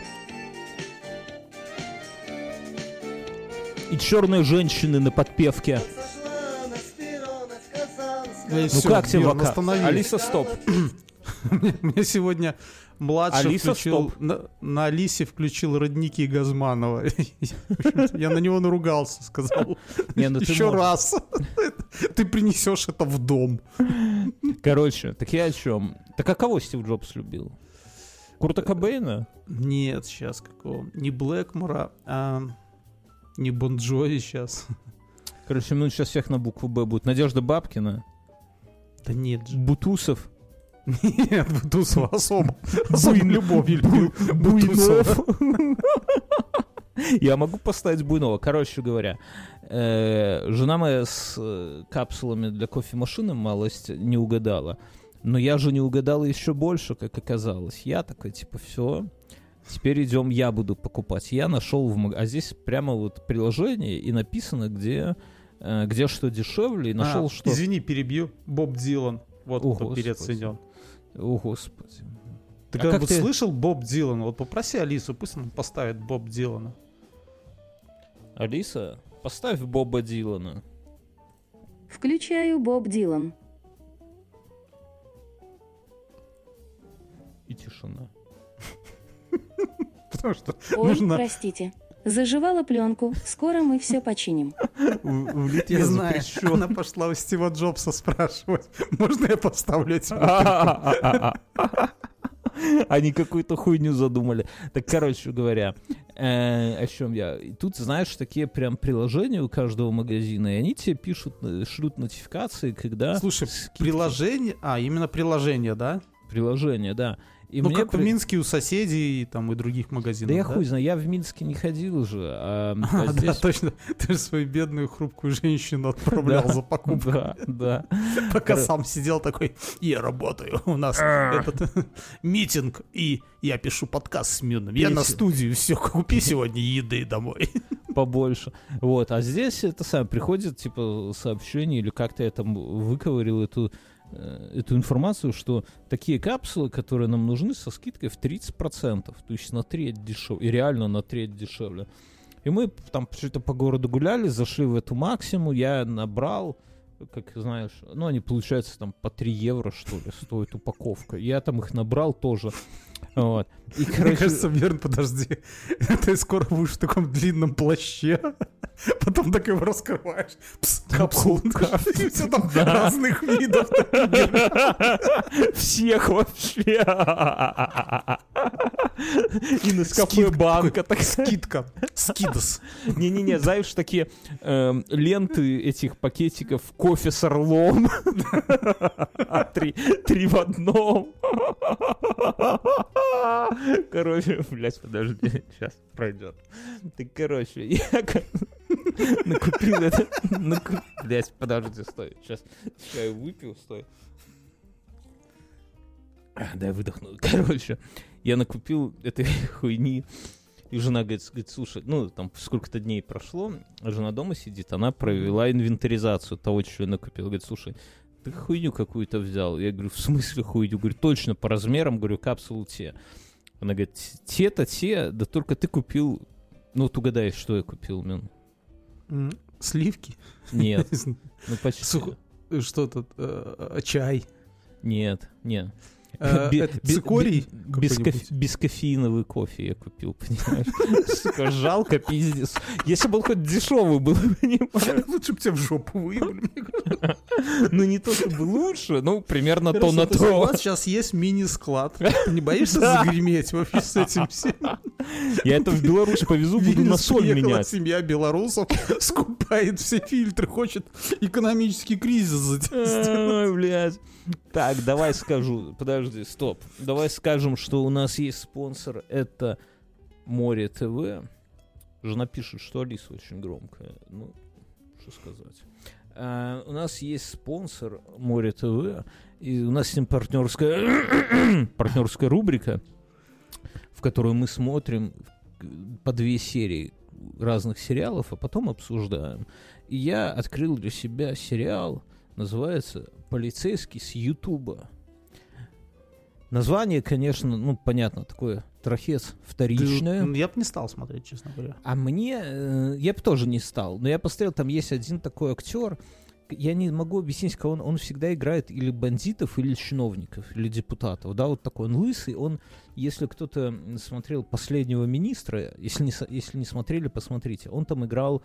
И черные женщины на подпевке. Ну как тебе вокал? Алиса, стоп. Мне сегодня младший Алиса, включил... На Алисе включил родники Газманова. Я на него наругался, сказал. Еще раз. Ты принесешь это в дом. Короче, так я о чем? Так а кого Стив Джобс любил? Курта Кобейна? Нет, сейчас какого. Не Блэкмора, а не Бон Джови сейчас. Короче, ну сейчас всех на букву Б будет. Надежда Бабкина? Да нет же. Бутусов? Нет, Бутусова особо любовью любил. Буйнов. Я могу поставить Буйнова. Короче говоря, жена моя с капсулами для кофемашины малость не угадала. Но я же не угадала еще больше, как оказалось. Я такой, типа, все, теперь идем, я буду покупать. Я нашел а здесь прямо вот приложение, и написано, где что дешевле, и нашел, что... Извини, перебью. Боб Дилан. Вот кто переоценен. О, Господи. Ты когда-нибудь слышал Боб Дилан? Вот попроси Алису, пусть она поставит Боб Дилана. Алиса, поставь Боба Дилана. Включаю Боб Дилан. И тишина. Потому что Ой, простите. Заживала пленку. Скоро мы все починим. Я знаю, она пошла у Стива Джобса спрашивать, можно я поставлю тебя? Они какую-то хуйню задумали. Так, короче говоря, о чем я? Тут, знаешь, такие прям приложения у каждого магазина, и они тебе шлют нотификации, когда... Слушай, приложение... именно приложение, да? Приложение, да. И ну, как в Минске у соседей там, и других магазинов. Да я хуй знаю, я в Минске не ходил же. Да, точно. Ты же свою бедную хрупкую женщину отправлял за покупку. Да. Пока сам сидел такой, я работаю, у нас этот митинг, и я пишу подкаст с Мюном. Я на студию, все, купи сегодня еды домой. Побольше. Вот, а здесь это самое, приходит, типа, сообщение, или как-то я там выковырил эту информацию, что такие капсулы, которые нам нужны, со скидкой в 30%, то есть на треть дешевле, и реально на треть дешевле. И мы там что-то по городу гуляли, зашли в эту Максиму, я набрал, как знаешь, ну они, получается, там по 3 евро, что ли, стоит упаковка. Я там их набрал тоже. Вот. И, короче... Мне кажется, Берн, подожди, ты скоро будешь в таком длинном плаще, потом так его раскрываешь, капсулка, и все там разных видов. Всех вообще. И на кафе банка. Скидка. Скидос. Не-не-не, знаешь, такие ленты этих пакетиков кофе с орлом. 3 в одном. Короче, блядь, подожди, сейчас пройдет. Так, короче, я накупил это... Блядь, подожди, стой. Сейчас чай выпил, стой. Дай выдохну. Короче, я накупил этой хуйни. И жена говорит, слушай, ну, там сколько-то дней прошло, жена дома сидит, она провела инвентаризацию того, что я накупил. Говорит, слушай, ты хуйню какую-то взял. Я говорю, в смысле хуйню? Говорю, точно, по размерам, говорю, капсулу те. Она говорит, те-то те, да только ты купил... Ну, вот угадай, что я купил, Мин. Сливки? Нет. Ну, почти. Что тут? Чай? Нет. Цикорий? Бескофеиновый кофе я купил, понимаешь? Сука, жалко, пиздец. Если бы он хоть дешевый был, понимаешь? Лучше бы тебя в жопу выебли. Ну, не то чтобы лучше, ну, примерно то на то. У вас сейчас есть мини-склад. Ты не боишься загреметь вообще с этим всем? Я это в Беларусь повезу, буду на соль менять. Семья белорусов скупает все фильтры, хочет экономический кризис затянуть. Ой, блядь. Так, давай скажу. Подожди, стоп. Давай скажем, что у нас есть спонсор. Это Море ТВ. Жена пишет, что Алиса очень громкая. Ну, что сказать. У нас есть спонсор Море ТВ. И у нас с ним партнерская рубрика, в которой мы смотрим по 2 серии разных сериалов, а потом обсуждаем. И я открыл для себя сериал, называется «Полицейский с Ютуба». Название, конечно, ну, понятно, такое трахец вторичное. Я бы не стал смотреть, честно говоря. А мне... я бы тоже не стал. Но я посмотрел, там есть один такой актер, я не могу объяснить, кого он всегда играет или бандитов, или чиновников, или депутатов, да, вот такой он лысый, он, если кто-то смотрел «Последнего министра», если не смотрели, посмотрите, он там играл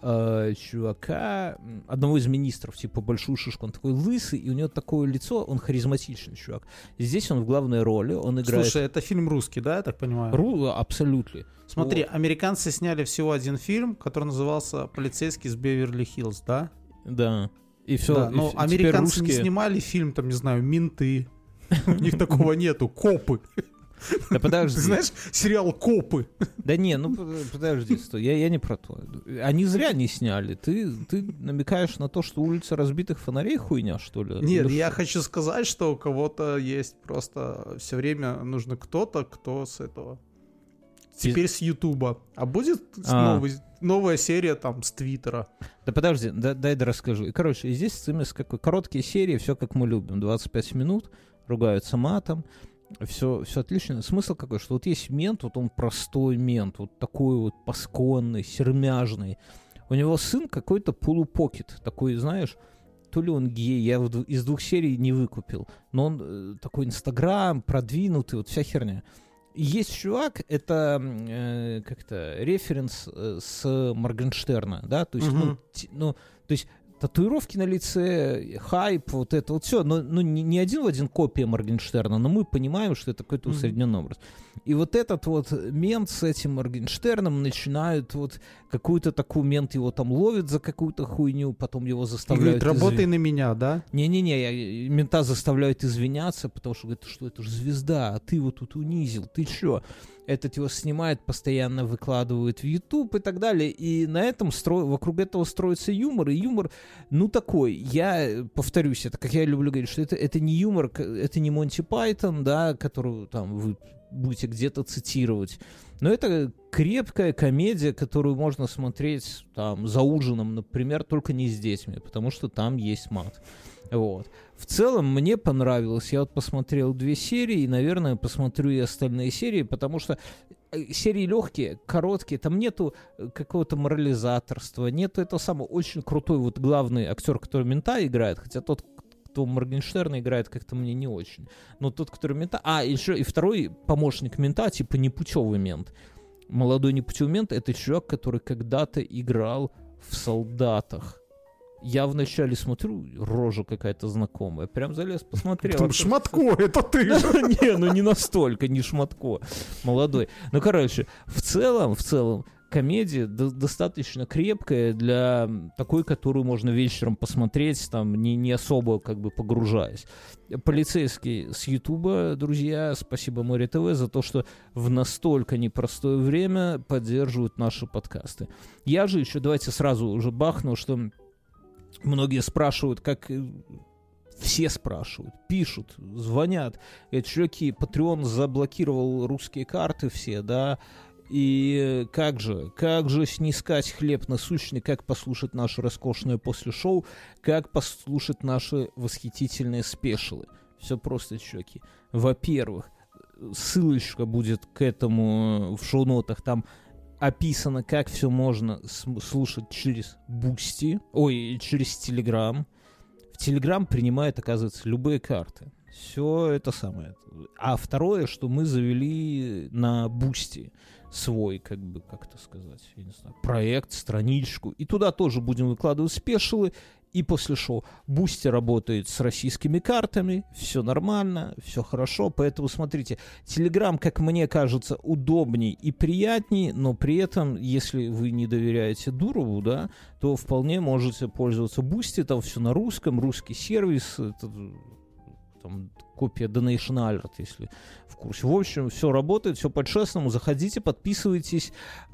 чувака, одного из министров, типа большую шишку, он такой лысый, и у него такое лицо, он харизматичный чувак. Здесь он в главной роли, он играет... Слушай, это фильм русский, да, я так понимаю? Абсолютно. Смотри, американцы сняли всего один фильм, который назывался «Полицейский из Беверли-Хиллз», да? Да. И все. Да, но американцы не снимали фильм, там, не знаю, «Менты». У них такого нету. «Копы». Да подожди. Ты знаешь сериал «Копы»? Да не, ну подожди, стой, я не про то. Они зря не сняли. Ты намекаешь на то, что «Улица разбитых фонарей» хуйня, что ли? Нет, я хочу сказать, что у кого-то есть просто все время нужно кто-то, кто с этого... Теперь с Ютуба. А будет новая серия там с Твиттера? Да подожди, дай расскажу. И, короче, здесь ЦМС какой. Короткие серии, все как мы любим. 25 минут, ругаются матом. Все отлично. Смысл какой, что вот есть мент, вот он простой мент, вот такой вот пасконный, сермяжный. У него сын какой-то полупокет, такой, знаешь, то ли он гей, я из 2 серий не выкупил, но он такой Инстаграм, продвинутый, вот вся херня. И есть чувак, это как-то референс с Моргенштерна, да, то есть, то есть татуировки на лице, хайп, вот это вот все, но не один в один копия Моргенштерна, но мы понимаем, что это какой-то усредненный образ. И вот этот вот мент с этим Моргенштерном начинают вот какую-то такую, мент его там ловит за какую-то хуйню, потом его заставляют... Говорит, работай на меня, да? Не-не-не, мента заставляют извиняться, потому что говорят, что это же звезда, а ты его тут унизил, ты чё? Этот его снимает, постоянно выкладывают в YouTube и так далее. И на этом вокруг этого строится юмор. И юмор, ну, такой. Я повторюсь, это как я люблю говорить, что это не юмор, это не Монти Пайтон, да, которую там вы будете где-то цитировать. Но это крепкая комедия, которую можно смотреть там за ужином, например, только не с детьми, потому что там есть мат. Вот. В целом мне понравилось. Я вот посмотрел 2 серии, и, наверное, посмотрю и остальные серии, потому что серии легкие, короткие, там нету какого-то морализаторства, нету этого самого. Очень крутой вот главный актер, который мента играет, хотя тот, кто Моргенштерна играет, как-то мне не очень. Но тот, который мента... еще и второй помощник мента, типа непутевый мент. Молодой непутевый мент — это чувак, который когда-то играл в «Солдатах». Я вначале смотрю, рожа какая-то знакомая. Прям залез, посмотрел. Там Шматко, это ты! Не, ну не настолько, не Шматко. Молодой. Ну, короче, в целом, комедия достаточно крепкая для такой, которую можно вечером посмотреть, там, не особо как бы погружаясь. Полицейский с Ютуба, друзья, спасибо Море ТВ за то, что в настолько непростое время поддерживают наши подкасты. Я же еще, давайте сразу уже бахну, что многие спрашивают, как... Все спрашивают, пишут, звонят. Говорят, чуваки, Patreon заблокировал русские карты все, да, и как же снискать хлеб насущный, как послушать наше роскошное после шоу, как послушать наши восхитительные спешилы. Все просто, чуваки. Во-первых, ссылочка будет к этому в шоу-нотах, там описано, как все можно слушать через Boosty, через Telegram. В Telegram принимает, оказывается, любые карты. Все это самое. А второе, что мы завели на Boosty свой, как бы, как это сказать, я не знаю, проект, страничку. И туда тоже будем выкладывать спешилы. И после шоу Boosty работает с российскими картами, все нормально, все хорошо, поэтому смотрите, Telegram, как мне кажется, удобней и приятней, но при этом, если вы не доверяете Дурову, да, то вполне можете пользоваться Boosty, там все на русском, русский сервис, это, там, копия Donation Alert, если в курсе. В общем, все работает, все по-честному, заходите, подписывайтесь.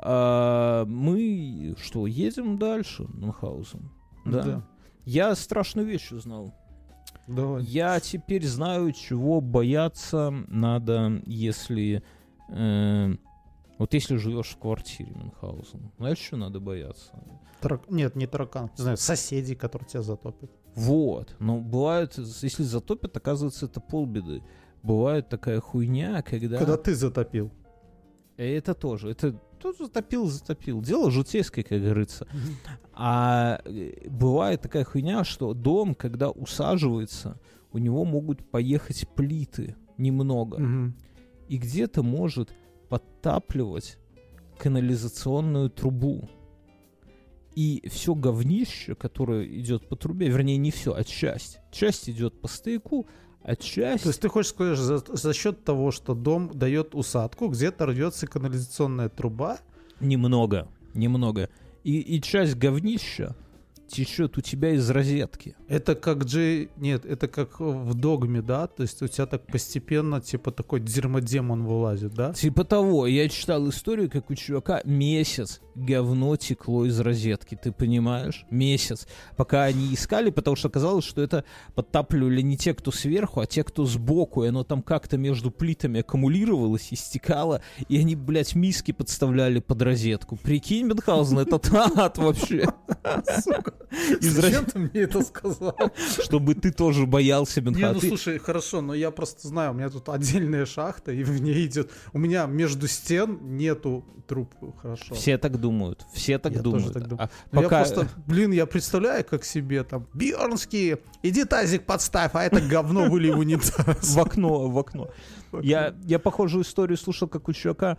Мы что, едем дальше Мюнхгаузен? Да. Я страшную вещь узнал. Давай. Я теперь знаю, чего бояться надо, если... вот если живешь в квартире Мюнхгаузен. Знаешь, что надо бояться? Нет, не таракан. Не знаю, соседи, которые тебя затопят. Вот. Но бывает, если затопят, оказывается, это полбеды. Бывает такая хуйня, когда... Когда ты затопил. Это тоже. Это тут затопил. Дело житейское, как говорится. А бывает такая хуйня, что дом, когда усаживается, у него могут поехать плиты немного. И где-то может подтапливать канализационную трубу. И все говнище, которое идет по трубе, вернее, не все, а часть. Часть идет по стояку, а часть... То есть ты хочешь сказать, за счет того, что дом дает усадку, где-то рвется канализационная труба? Немного. И часть говнища течет у тебя из розетки. Это как Нет, это как в «Догме», да? То есть у тебя так постепенно, типа, такой дерьмодемон вылазит, да? Типа того. Я читал историю, как у чувака месяц говно текло из розетки, ты понимаешь? Месяц. Пока они искали, потому что оказалось, что это подтапливали не те, кто сверху, а те, кто сбоку, и оно там как-то между плитами аккумулировалось и стекало, и они, блядь, миски подставляли под розетку. Прикинь, Мюнхгаузен, это ад вообще. Сука. Зачем ты мне это сказал? Чтобы ты тоже боялся, Мюнхгаузен. Не, ну слушай, хорошо, но я просто знаю, у меня тут отдельная шахта, и в ней идет... У меня между стен нету труб, хорошо. Все так думают. Я тоже так думаю. Пока... Я просто, я представляю, как себе там, Бьернский, иди тазик подставь, а это говно выли в унитаз. В окно. Я похожую историю слушал, как у чувака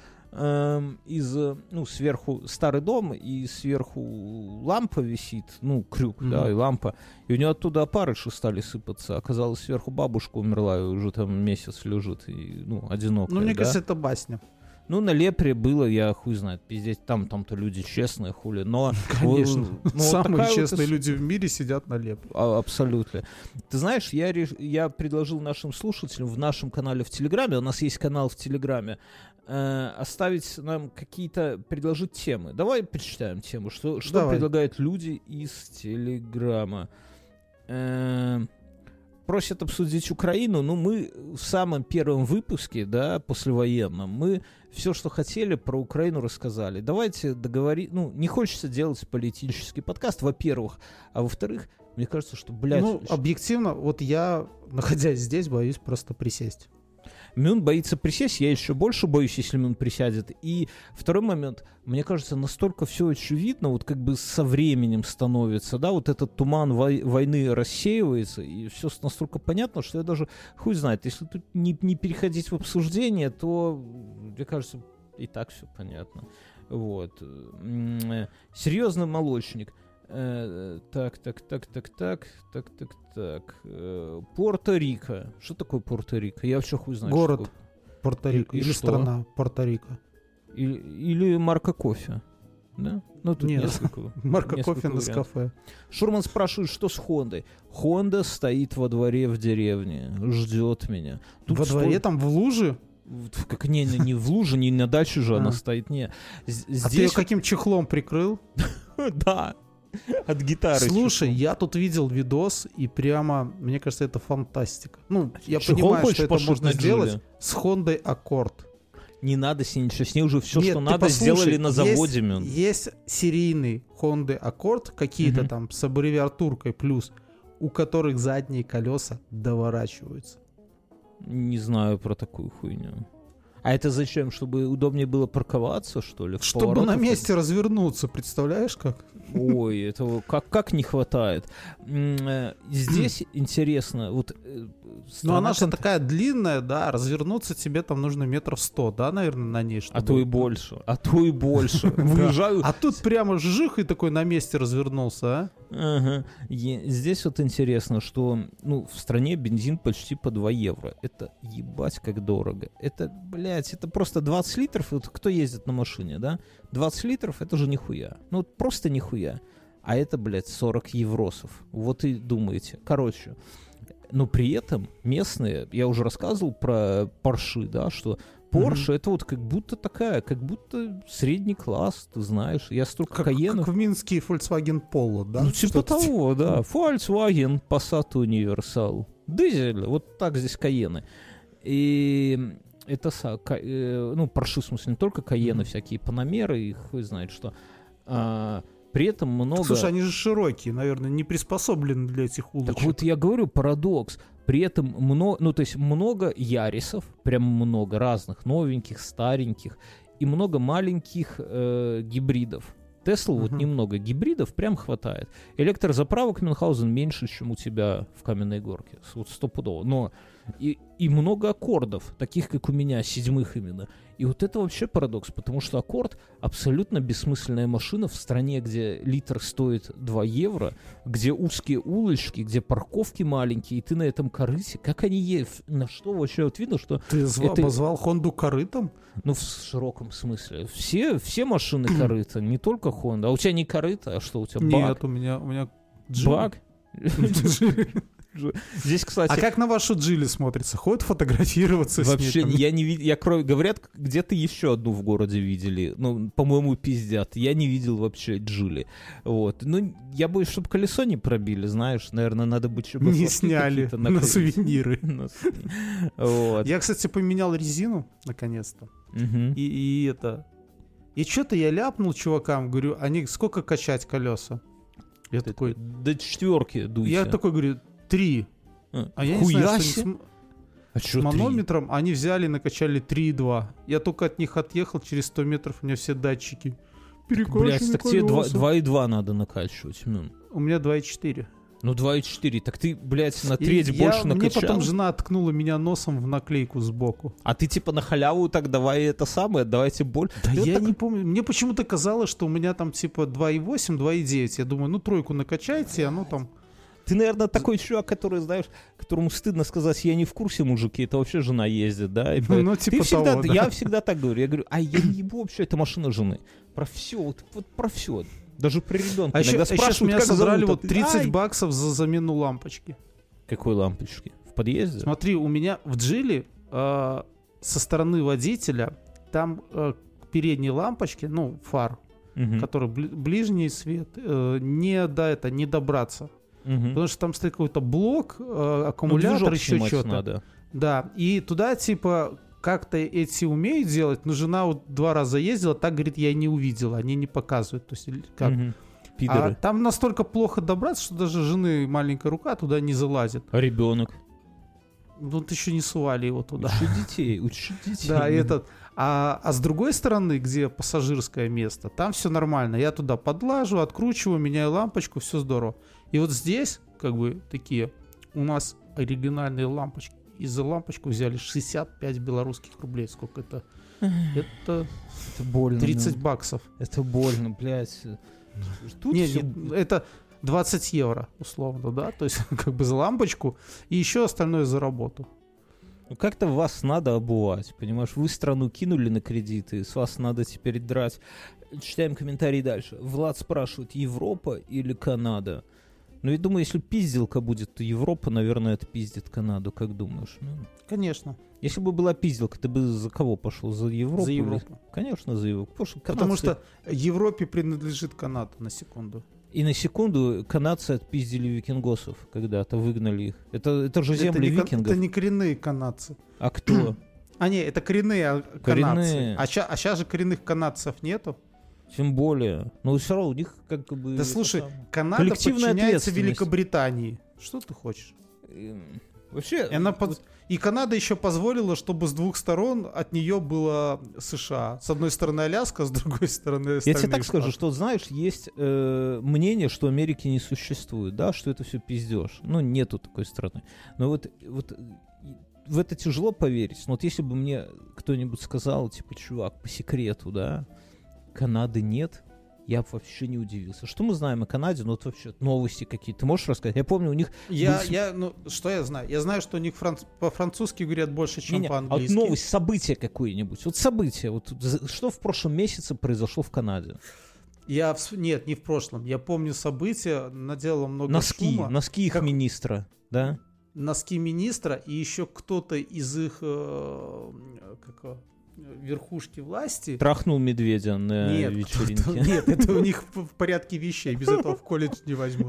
сверху старый дом, и сверху лампа висит, крюк, да, и лампа. И у него оттуда опарыши стали сыпаться. Оказалось, сверху бабушка умерла, и уже там месяц лежит, и, одинокая. Мне кажется, это басня. На Лепре было, я хуй знает, пиздец, там-то люди честные, хули, но... Конечно, самые честные люди в мире сидят на Лепре. Абсолютно. Ты знаешь, я предложил нашим слушателям в нашем канале в Телеграме, у нас есть канал в Телеграме, оставить нам предложить темы. Давай почитаем тему, что предлагают люди из Телеграма. Просят обсудить Украину, мы в самом первом выпуске, да, послевоенном, мы все, что хотели, про Украину рассказали. Давайте договорить, не хочется делать политический подкаст, во-первых, а во-вторых, мне кажется, что, блядь... объективно, вот я, находясь здесь, боюсь просто присесть. Мюн боится присесть, я еще больше боюсь, если Мюн присядет. И второй момент, мне кажется, настолько все очевидно, со временем становится, да, этот туман войны рассеивается, и все настолько понятно, что я даже хуй знает, если тут не переходить в обсуждение, то, мне кажется, и так все понятно. Вот. Серьезный молочник. Так. Пуэрто-Рико. Что такое Пуэрто-Рико? Я вообще хуй знаю. Город Пуэрто-Рико. Или страна Пуэрто-Рико. Или марка кофе. Да? Тут нет, марка кофе на кафе. Шурман спрашивает, что с Хондой. Хонда стоит во дворе в деревне. Ждет меня. Во дворе там в луже? Не в луже, не на даче же она стоит. Не. А ты ее каким чехлом прикрыл? Да. От гитары. Слушай, я тут видел видос, и прямо, мне кажется, это фантастика. Я понимаю, что это можно сделать с Хондой Аккорд. Не надо с ней ничего, с ней уже все, что надо, сделали на заводе. Есть серийный Honda Accord, какие-то там с аббревиатуркой плюс, у которых задние колеса доворачиваются. Не знаю про такую хуйню. А это зачем? Чтобы удобнее было парковаться, что ли? Чтобы на месте развернуться, представляешь как? Ой, этого как не хватает. Здесь интересно, она же такая длинная, да, развернуться тебе там нужно 100 метров, да, наверное, на ней. А то и больше. Выезжаю. А тут прямо жих и такой на месте развернулся, а? Ага. Здесь интересно, что в стране бензин почти по 2 евро. Это ебать как дорого. Это, блядь, это просто 20 литров. Кто ездит на машине, да? 20 литров это же нихуя. Просто нихуя. А это, блядь, 40 евросов. Вот и думаете. Короче. Но при этом местные, я уже рассказывал про Порши, да, что Порше это как будто средний класс, ты знаешь. Я столько Каенов... Как в Минске Volkswagen Polo, да? Типа того, да. Volkswagen Passat Universal. Дизель, вот так здесь Каены. И это, Порши, в смысле, не только Каены, всякие Панамеры, и хуй знает что. При этом много... Слушай, они же широкие, наверное, не приспособлены для этих улочек. Так вот я говорю, парадокс. При этом много Ярисов, прям много разных, новеньких, стареньких. и много маленьких гибридов. Тесла вот немного гибридов прям хватает. Электрозаправок Мюнхгаузен меньше, чем у тебя в Каменной Горке. Вот стопудово. Но и много аккордов, таких, как у меня, седьмых именно. И вот это вообще парадокс, потому что аккорд абсолютно бессмысленная машина в стране, где литр стоит 2 евро, где узкие улочки, где парковки маленькие, и ты на этом корыте. Как они едут? На что вообще? Вот видно, что... Ты обозвал Хонду корытом? Ну, в широком смысле. Все машины корыто, не только Honda. А у тебя не корыто, а что у тебя? Баг? Нет, у меня Джили. Баг? Здесь, кстати... А как на вашу Джили смотрится? Ходят фотографироваться вообще, с ней? я не видел... Говорят, где-то еще одну в городе видели. Ну, по-моему, пиздят. Я не видел вообще Джили. Вот. Ну, я боюсь, чтобы колесо не пробили, знаешь. Наверное, надо бы... Не сняли на сувениры. Я, кстати, поменял резину, наконец-то. И это... И что-то я ляпнул чувакам, говорю, они сколько качать колеса? Я такой... До 4 дуйся. Я такой говорю, 3. А я не знаю, что с манометром они взяли, накачали 3,2. Я только от них отъехал, через 100 метров у меня все датчики. Блять, так тебе 2,2 надо накачивать. У меня 2,4. Ну 2,4, так ты, блядь, на треть больше накачал. Мне потом жена ткнула меня носом в наклейку сбоку. А ты типа на халяву так давай это самое, давайте боль. Да я не помню. Мне почему-то казалось, что у меня там типа 2,8, 2,9. Я думаю, ну 3 накачайте, и оно там... Ты, наверное, такой чувак, который, знаешь, которому стыдно сказать, я не в курсе, мужики, это вообще жена ездит, да? И ну, типа всегда, того, да. Я всегда так говорю. Я говорю, а я не ебу вообще, это машина жены. Про все, вот про все. Даже при ребенке. А еще спрашивают, меня как содрали зовут, вот 30 баксов за замену лампочки. Какой лампочки? В подъезде? Смотри, у меня в Джили со стороны водителя там передние лампочки, ну, фар, который ближний свет, не добраться. Потому что там стоит какой-то блок, аккумулятор, еще что-то. Надо. Да, и туда типа как-то эти умеют делать, но жена вот 2 раза ездила, так, говорит, я не увидела, они не показывают. То есть, как? Пидоры. А там настолько плохо добраться, что даже жены маленькая рука туда не залазит. А ребенок? Вот еще не сували его туда. Учи детей. Да, а с другой стороны, где пассажирское место, там все нормально. Я туда подлажу, откручиваю, меняю лампочку, все здорово. И вот здесь, как бы, такие у нас оригинальные лампочки. И за лампочку взяли 65 белорусских рублей. Сколько это? Это больно. 30 баксов. Это больно, блядь. Тут нет, это 20 евро, условно, да? То есть, как бы за лампочку и еще остальное за работу. Ну, как-то вас надо обувать, понимаешь? Вы страну кинули на кредиты, с вас надо теперь драть. Читаем комментарии дальше. Влад спрашивает, Европа или Канада? Ну, я думаю, если пизделка будет, то Европа, наверное, отпиздит Канаду, как думаешь? Ну, конечно. Если бы была пизделка, ты бы за кого пошел? За Европу? За Европу. Конечно, за Европу. Потому что Европе принадлежит Канада, на секунду. И на секунду канадцы отпиздили викингосов когда-то, выгнали их. Это же земли викингов. Это не коренные канадцы. А кто? Не, это коренные канадцы. А сейчас же коренных канадцев нету. Тем более. Но все равно у них как бы... Да слушай, Канада подчиняется Великобритании. Что ты хочешь? Вообще... И Канада еще позволила, чтобы с 2 сторон от нее было США. С одной стороны Аляска, с другой стороны остальные Я тебе так штаты. скажу, что, знаешь, есть мнение, что Америки не существует, да, что это все пиздеж. Ну, нету такой страны. Но вот в это тяжело поверить. Но вот если бы мне кто-нибудь сказал, типа, чувак, по секрету, да, Канады нет, я бы вообще не удивился. Что мы знаем о Канаде? Ну, вот вообще новости какие-то. Ты можешь рассказать? Я помню, у них... что я знаю? Я знаю, что у них по-французски говорят больше, чем по-английски. А вот новость, событие какое-нибудь. Вот событие. Вот, что в прошлом месяце произошло в Канаде? Нет, не в прошлом. Я помню события, наделало много шума. Носки их министра, да? Носки министра и еще кто-то из их верхушки власти. Трахнул медведя на вечеринке. Нет, это у них в порядке вещей. Без этого в колледж не возьмут.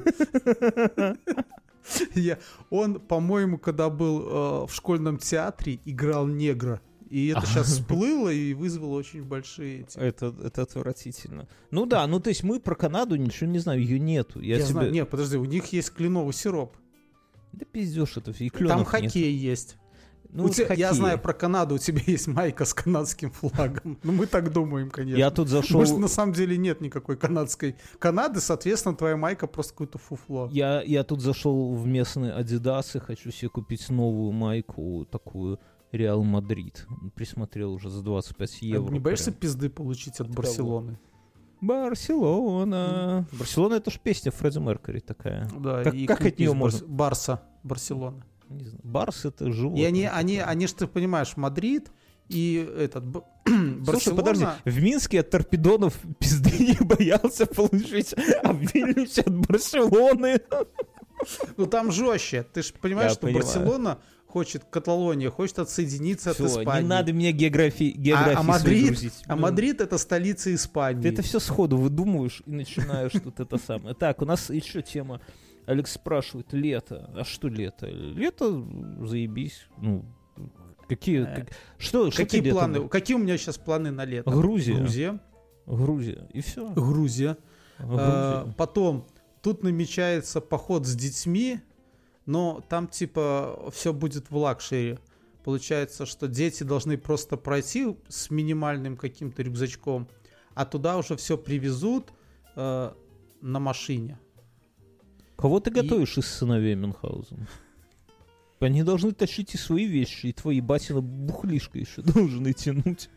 Он, по-моему, когда был в школьном театре, играл негра. И это сейчас всплыло и вызвало очень большие... Это отвратительно. Ну да, то есть мы про Канаду ничего не знаем, ее нету. Я знаю, нет, подожди, у них есть кленовый сироп. Да пиздешь это все. Там хоккей есть. Ну, я знаю про Канаду, у тебя есть майка с канадским флагом. Ну, мы так думаем, конечно. Я тут зашел... Может, на самом деле нет никакой канадской Канады, соответственно, твоя майка просто какое-то фуфло. Я тут зашел в местные Adidas и хочу себе купить новую майку, такую Реал Мадрид. Присмотрел уже за 25 евро. Не боишься пизды получить от Барселоны? Барселона. Барселона — это ж песня Фредди Меркьюри такая. Да, Как от нее можно? Барселона. Не знаю. Барс — это живот. И они ж, ты понимаешь, Мадрид и этот Барселона... Слушай, подожди, в Минске от торпедонов пизды не боялся получить, а в Вильнюсе от Барселоны. Ну там жестче. Ты же понимаешь, что Барселона хочет, Каталония хочет отсоединиться от Испании. Не надо меня географии грузить. А Мадрид — это столица Испании. Ты это все сходу выдумываешь и начинаешь тут это самое. Так, у нас еще тема. Алекс спрашивает, лето. А что лето? Лето, заебись. Ну, какие планы? Какие у меня сейчас планы на лето? Грузия. И все. Грузия. Потом, тут намечается поход с детьми, но там типа все будет в лакшери. Получается, что дети должны просто пройти с минимальным каким-то рюкзачком, а туда уже все привезут на машине. Кого ты готовишь из сыновей Мюнхгаузена? Они должны тащить и свои вещи, и твои батина бухлишко еще должны тянуть.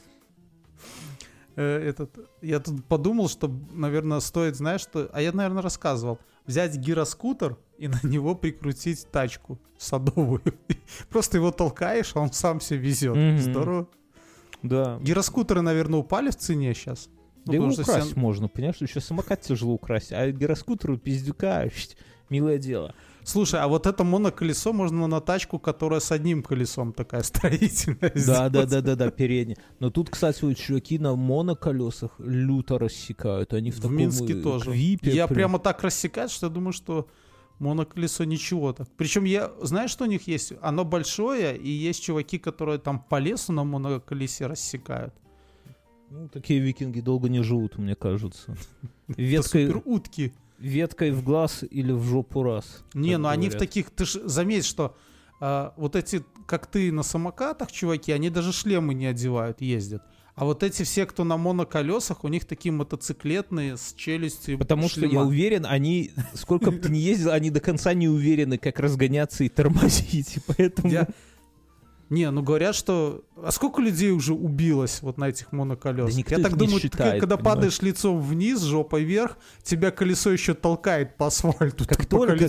Я тут подумал, что, наверное, стоит, знаешь, что... А я, наверное, рассказывал. Взять гироскутер и на него прикрутить тачку садовую. Просто его толкаешь, а он сам все везет. Здорово. Да. Гироскутеры, наверное, упали в цене сейчас. Да его украсть можно, понимаешь? Еще самокат тяжело украсть, а гироскутеру пиздюка, милое дело. Слушай, а вот это моноколесо можно на тачку, которая с одним колесом такая строительная. Да, передняя. Но тут, кстати, вот чуваки на моноколесах люто рассекают. Они в Минске тоже. Квипе. Я прямо так рассекают, что я думаю, что моноколесо ничего так. Причем знаешь, что у них есть? Оно большое, и есть чуваки, которые там по лесу на моноколесе рассекают. Ну, такие викинги долго не живут, мне кажется. Супер утки. Веткой в глаз или в жопу раз. Не, ну они в таких... Ты ж заметь, что вот эти, как ты, на самокатах, чуваки, они даже шлемы не одевают, ездят. А вот эти все, кто на моноколесах, у них такие мотоциклетные с челюстью. Потому что я уверен, они, сколько бы ты ни ездил, они до конца не уверены, как разгоняться и тормозить. И поэтому... Не, ну говорят, что... А сколько людей уже убилось вот на этих моноколесах? Да никто я так думаю, считает, ты, когда падаешь лицом вниз, жопой вверх, тебя колесо еще толкает по асфальту. Как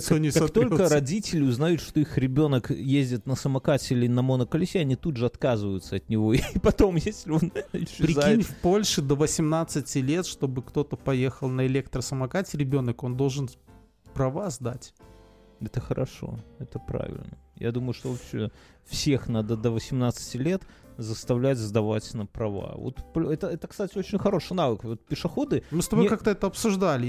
только родители узнают, что их ребенок ездит на самокате или на моноколесе, они тут же отказываются от него. И потом, если он исчезает... Прикинь, в Польше до 18 лет, чтобы кто-то поехал на электросамокате, ребенок, он должен права сдать. Это хорошо, это правильно. Я думаю, что вообще всех надо до 18 лет заставлять сдавать на права. Вот это, кстати, очень хороший навык. Вот пешеходы... Мы с тобой как-то это обсуждали.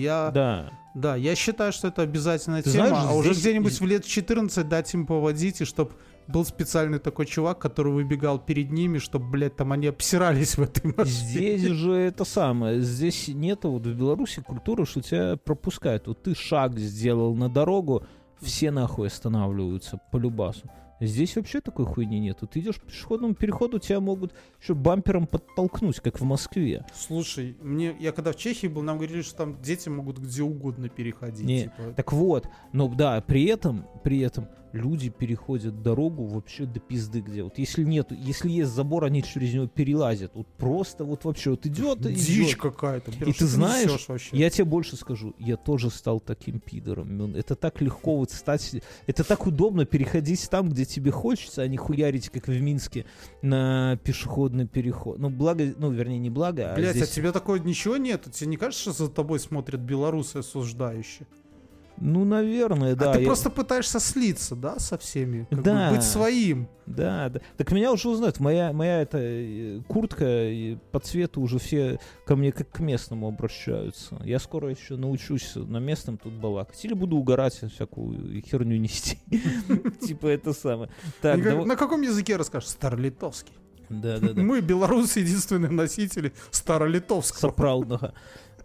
Да, я считаю, что это обязательная тема. Знаешь, а уже где-нибудь в лет 14 дать им поводить, и чтобы был специальный такой чувак, который выбегал перед ними, чтобы, блядь, там они обсирались в этой машине. Здесь же это самое. Здесь нету вот в Беларуси культуры, что тебя пропускают. Вот ты шаг сделал на дорогу, все нахуй останавливаются по любасу. Здесь вообще такой хуйни нету. Ты идешь по пешеходному переходу, тебя могут еще бампером подтолкнуть, как в Москве. Слушай, я когда в Чехии был, нам говорили, что там дети могут где угодно переходить. Не, типа. Так вот, но да, при этом люди переходят дорогу вообще до пизды где. Вот если есть забор, они через него перелазят. Вот просто вот вообще вот идет. Дичь какая-то. И ты знаешь, я тебе больше скажу, я тоже стал таким пидором. Это так легко вот стать, это так удобно переходить там, где тебе хочется, а не хуярить, как в Минске, на пешеходный переход. Ну, благо, вернее, не благо, Блять, здесь... а тебе такого ничего нет? Тебе не кажется, что за тобой смотрят белорусы осуждающие? Ну, наверное, да. А ты просто пытаешься слиться, да, со всеми? Да. Быть своим. Да. Так меня уже узнают. Моя эта куртка по цвету уже все ко мне как к местному обращаются. Я скоро еще научусь на местном тут балакать. Или буду угорать, всякую херню нести. Типа это самое. На каком языке расскажешь? Старолитовский. Да. Мы, белорусы, единственные носители старолитовского. Сапралдного.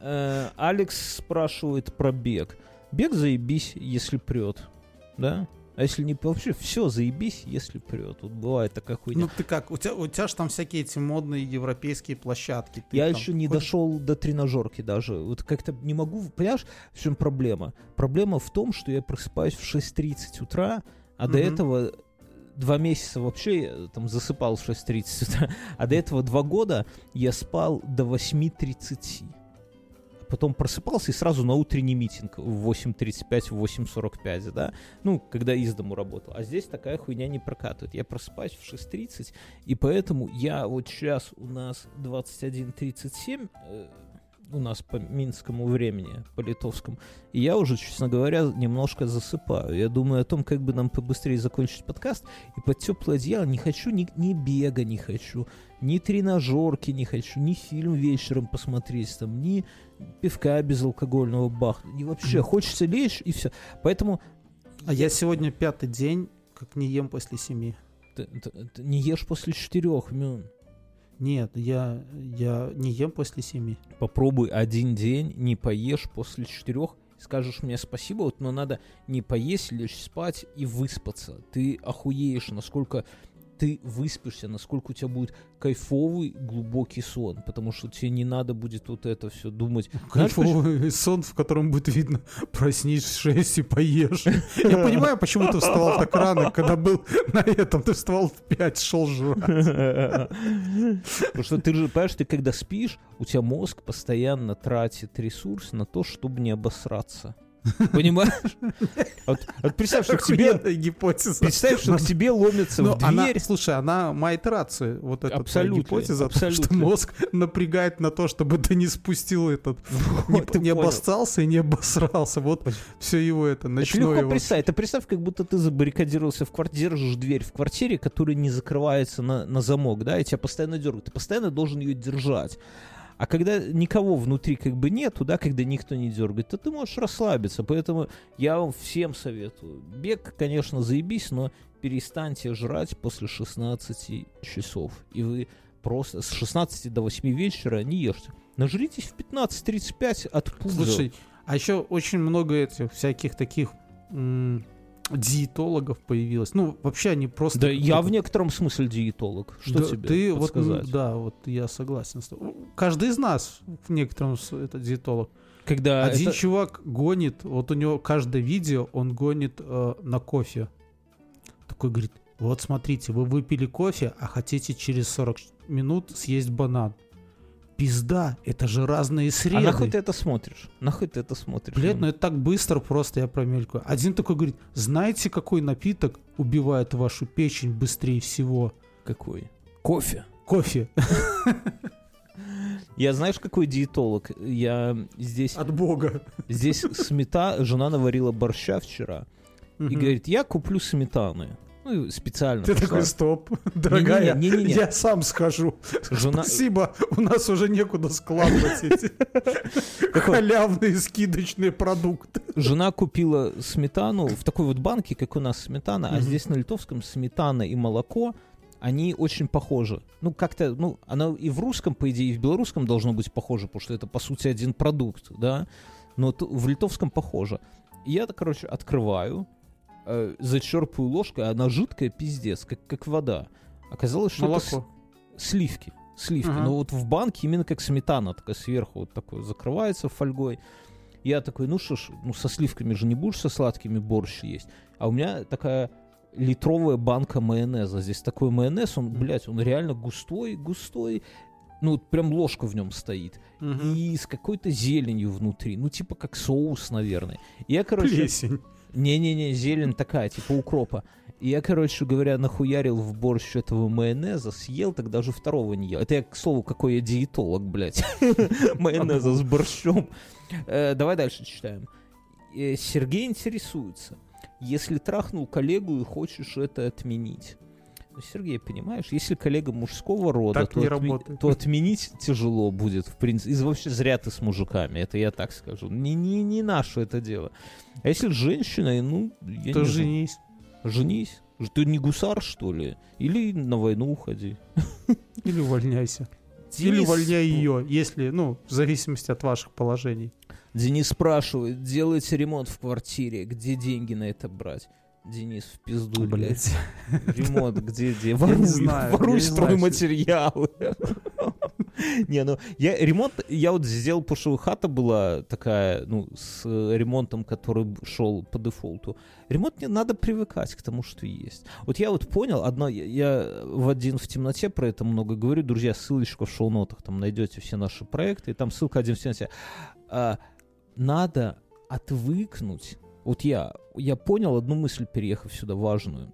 Алекс спрашивает про бег. Бег заебись, если прет. Да? А если не вообще, все, заебись, если прет. Вот бывает такая хуйня. Ну ты как, у тебя же там всякие эти модные европейские площадки. Я еще не дошел до тренажерки даже. Вот как-то не могу, понимаешь, в чем проблема? Проблема в том, что я просыпаюсь в 6:30 утра, а до этого 2 месяца вообще там засыпал в 6:30 утра, а до этого 2 года я спал до 8:30. Потом просыпался и сразу на утренний митинг в 8:35, в 8:45, да, ну, когда из дому работал. А здесь такая хуйня не прокатывает. Я просыпаюсь в 6:30, и поэтому я вот сейчас у нас 21:37, у нас по минскому времени, по литовскому, и я уже, честно говоря, немножко засыпаю. Я думаю о том, как бы нам побыстрее закончить подкаст, и под теплое одеяло не хочу ни бега не хочу, ни тренажерки не хочу, ни фильм вечером посмотреть, там, ни пивка безалкогольного бахнуть, и вообще хочется лечь, и все. Поэтому... А я сегодня 5-й день, как не ем после 7. Ты не ешь после 4, Мюн. Нет, я не ем после 7. Попробуй 1 день, не поешь после 4, скажешь мне спасибо, вот, но надо не поесть, лечь спать и выспаться. Ты охуеешь, насколько ты выспишься, насколько у тебя будет кайфовый, глубокий сон, потому что тебе не надо будет вот это все думать. Кайфовый сон, в котором будет видно, проснись в 6 и поешь. Я понимаю, почему ты вставал так рано, когда был на этом, ты вставал в 5, шел жрать. Потому что ты же, понимаешь, ты когда спишь, у тебя мозг постоянно тратит ресурс на то, чтобы не обосраться. Понимаешь? Вот представь, что к тебе... гипотеза. Представь, что к тебе ломится в дверь. Слушай, она мает рацию, вот эта абсолютно, гипотеза, абсолютно. что мозг напрягает на то, чтобы ты не спустил этот, не обоссался и не обосрался. Вот все его это, ночное его. Ты представь, как будто ты забаррикадировался в квартире, держишь дверь в квартире, которая не закрывается на замок, да, и тебя постоянно дергают. Ты постоянно должен ее держать. А когда никого внутри как бы нету, да, когда никто не дергает, то ты можешь расслабиться. Поэтому я вам всем советую. Бег, конечно, заебись, но перестаньте жрать после 16 часов. И вы просто с 16 до 8 вечера не ешьте. Нажритесь в 15:35 от пуза. Слушай, а еще очень много этих всяких таких... диетологов появилось. Ну, вообще они просто... Да, я в некотором смысле диетолог. Что тебе ты подсказать? Вот, да, вот я согласен с тобой. Каждый из нас в некотором это диетолог. Когда один чувак гонит, вот у него каждое видео, он гонит на кофе. Такой говорит, вот смотрите, вы выпили кофе, а хотите через 40 минут съесть банан. Пизда, это же разные среды. А нахуй ты это смотришь? Блядь, ну это так быстро просто я промелькаю. Один такой говорит, знаете, какой напиток убивает вашу печень быстрее всего? Какой? Кофе. Я знаешь, какой диетолог? Я здесь... От бога. Здесь жена наварила борща вчера. И говорит, я куплю сметаны. Ну, специально. Ты пошла. такой, стоп, дорогая, Не-не-не. я сам схожу. Спасибо, у нас уже некуда складывать эти халявные скидочные продукты. Жена купила сметану в такой вот банке, как у нас сметана, а здесь на литовском сметана и молоко, они очень похожи. Ну, как-то, ну, она и в русском, по идее, и в белорусском должно быть похоже, потому что это, по сути, один продукт, да, но в литовском похоже. И я, короче, открываю, зачерпываю ложкой, а она жидкая, пиздец, как вода. Оказалось, что молоко. Это сливки. Но вот в банке именно как сметана, такая сверху вот такое закрывается фольгой. Я такой, ну что ж, ну со сливками же не будешь со сладкими борщ есть. А у меня такая литровая банка майонеза. Здесь такой майонез, он, блядь, он реально густой. Ну, вот прям ложка в нем стоит. И с какой-то зеленью внутри. Ну, типа как соус, наверное. Я, короче... Плесень. Не-не-не, зелень такая, типа укропа. И я, короче говоря, нахуярил в борщ этого майонеза, съел, так даже второго не ел. Это я, к слову, какой я диетолог, блядь. Майонеза с борщом. Давай дальше читаем. Сергей интересуется. Если трахнул коллегу и хочешь это отменить. Ну, Сергей, понимаешь, если коллега мужского рода, то отменить тяжело будет, в принципе. И вообще зря ты с мужиками, это я так скажу. Не наше это дело. А если женщина, ну... То женись. Женись. Ты не гусар, что ли? Или на войну уходи. Или увольняйся. Или увольняй ее, если, ну, в зависимости от ваших положений. Денис спрашивает, делаете ремонт в квартире, где деньги на это брать? Денис, в пизду, Блять. Ремонт, где? Воруй стройматериалы. Не, ну, ремонт я вот сделал, потому что хата была такая, ну, с ремонтом, который шел по дефолту. Ремонт не надо привыкать к тому, что есть. Вот я вот понял, я в «Один в темноте» про это много говорю. Друзья, ссылочка в шоу-нотах, там найдете все наши проекты, и там ссылка «Один в темноте». Надо отвыкнуть. Вот я понял одну мысль, переехав сюда, важную.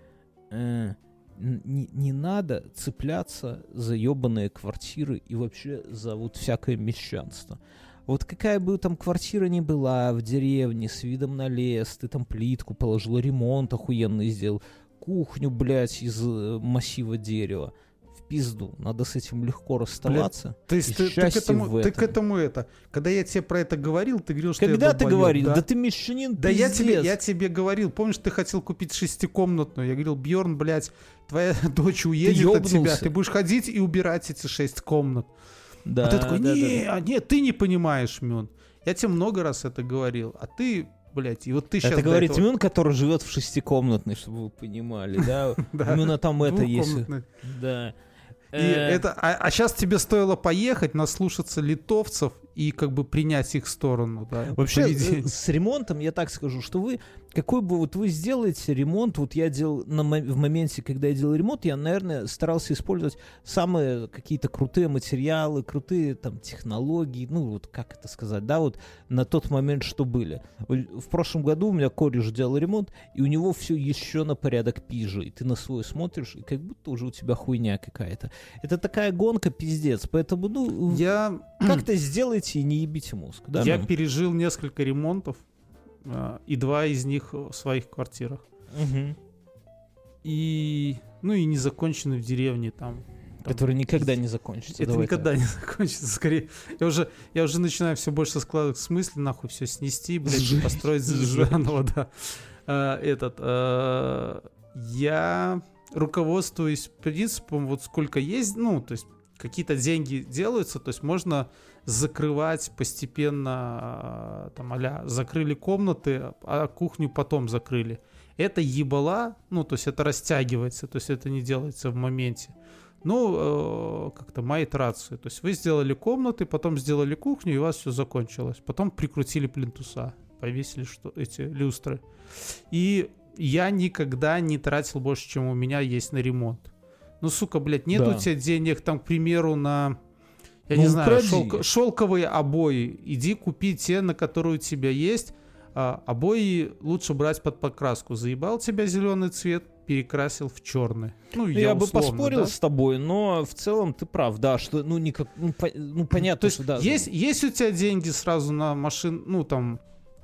Не надо цепляться за ебаные квартиры и вообще за вот всякое мещанство. Вот какая бы там квартира ни была в деревне с видом на лес, ты там плитку положил, ремонт охуенный сделал, кухню, блядь, из массива дерева. В пизду. Надо с этим легко расставаться. Блядь, то есть ты к этому это. Когда я тебе про это говорил, ты говорил, что когда я ты говорил? Да ты мещанин, да пиздец. я тебе говорил. Помнишь, ты хотел купить 6-комнатную? Я говорил, Бьерн, блядь, твоя дочь уедет от тебя. Ты будешь ходить и убирать эти 6 комнат. Да, а ты такой, нет, ты не понимаешь, Мюн. Я тебе много раз это говорил, а ты, блядь, и вот ты сейчас... Это говорит Мюн, который живет в 6-комнатной, чтобы вы понимали, да? Именно там это есть. Да. А сейчас тебе стоило поехать, наслушаться литовцев и как бы принять их сторону. Да, вообще с ремонтом я так скажу, что вы, какой бы вот вы сделаете ремонт, вот я делал в моменте, когда я делал ремонт, я, наверное, старался использовать самые какие-то крутые материалы, крутые там технологии, ну вот как это сказать, да, вот на тот момент, что были. В прошлом году у меня кореш делал ремонт, и у него все еще на порядок пизже, и ты на свой смотришь, и как будто уже у тебя хуйня какая-то. Это такая гонка, пиздец, поэтому, ну, как-то сделайте и не ебите мозг. Да, я пережил несколько ремонтов, и 2 из них в своих квартирах. Угу. И не закончены в деревне там. Которые никогда не закончатся. Это никогда не закончится, скорее. Я уже начинаю все больше складывать смыслы, нахуй все снести, блядь, и построить заново, да. Я руководствуюсь принципом, вот сколько есть, ну, то есть какие-то деньги делаются, то есть можно закрывать постепенно, там, а-ля, закрыли комнаты, а кухню потом закрыли. Это ебала, ну, то есть это растягивается, то есть это не делается в моменте. Ну, как-то мает рацию. То есть вы сделали комнаты, потом сделали кухню, и у вас все закончилось. Потом прикрутили плинтуса, повесили эти люстры. И я никогда не тратил больше, чем у меня есть на ремонт. Ну, сука, блядь, нет у тебя денег, там, к примеру, на, я не знаю, шелковые обои. Иди купи те, на которые у тебя есть. Обои лучше брать под покраску. Заебал тебя зеленый цвет, перекрасил в черный. Ну, я бы поспорил с тобой, но в целом ты прав, да, что, понятно, то есть, что да. Есть у тебя деньги сразу на машину, ну, там,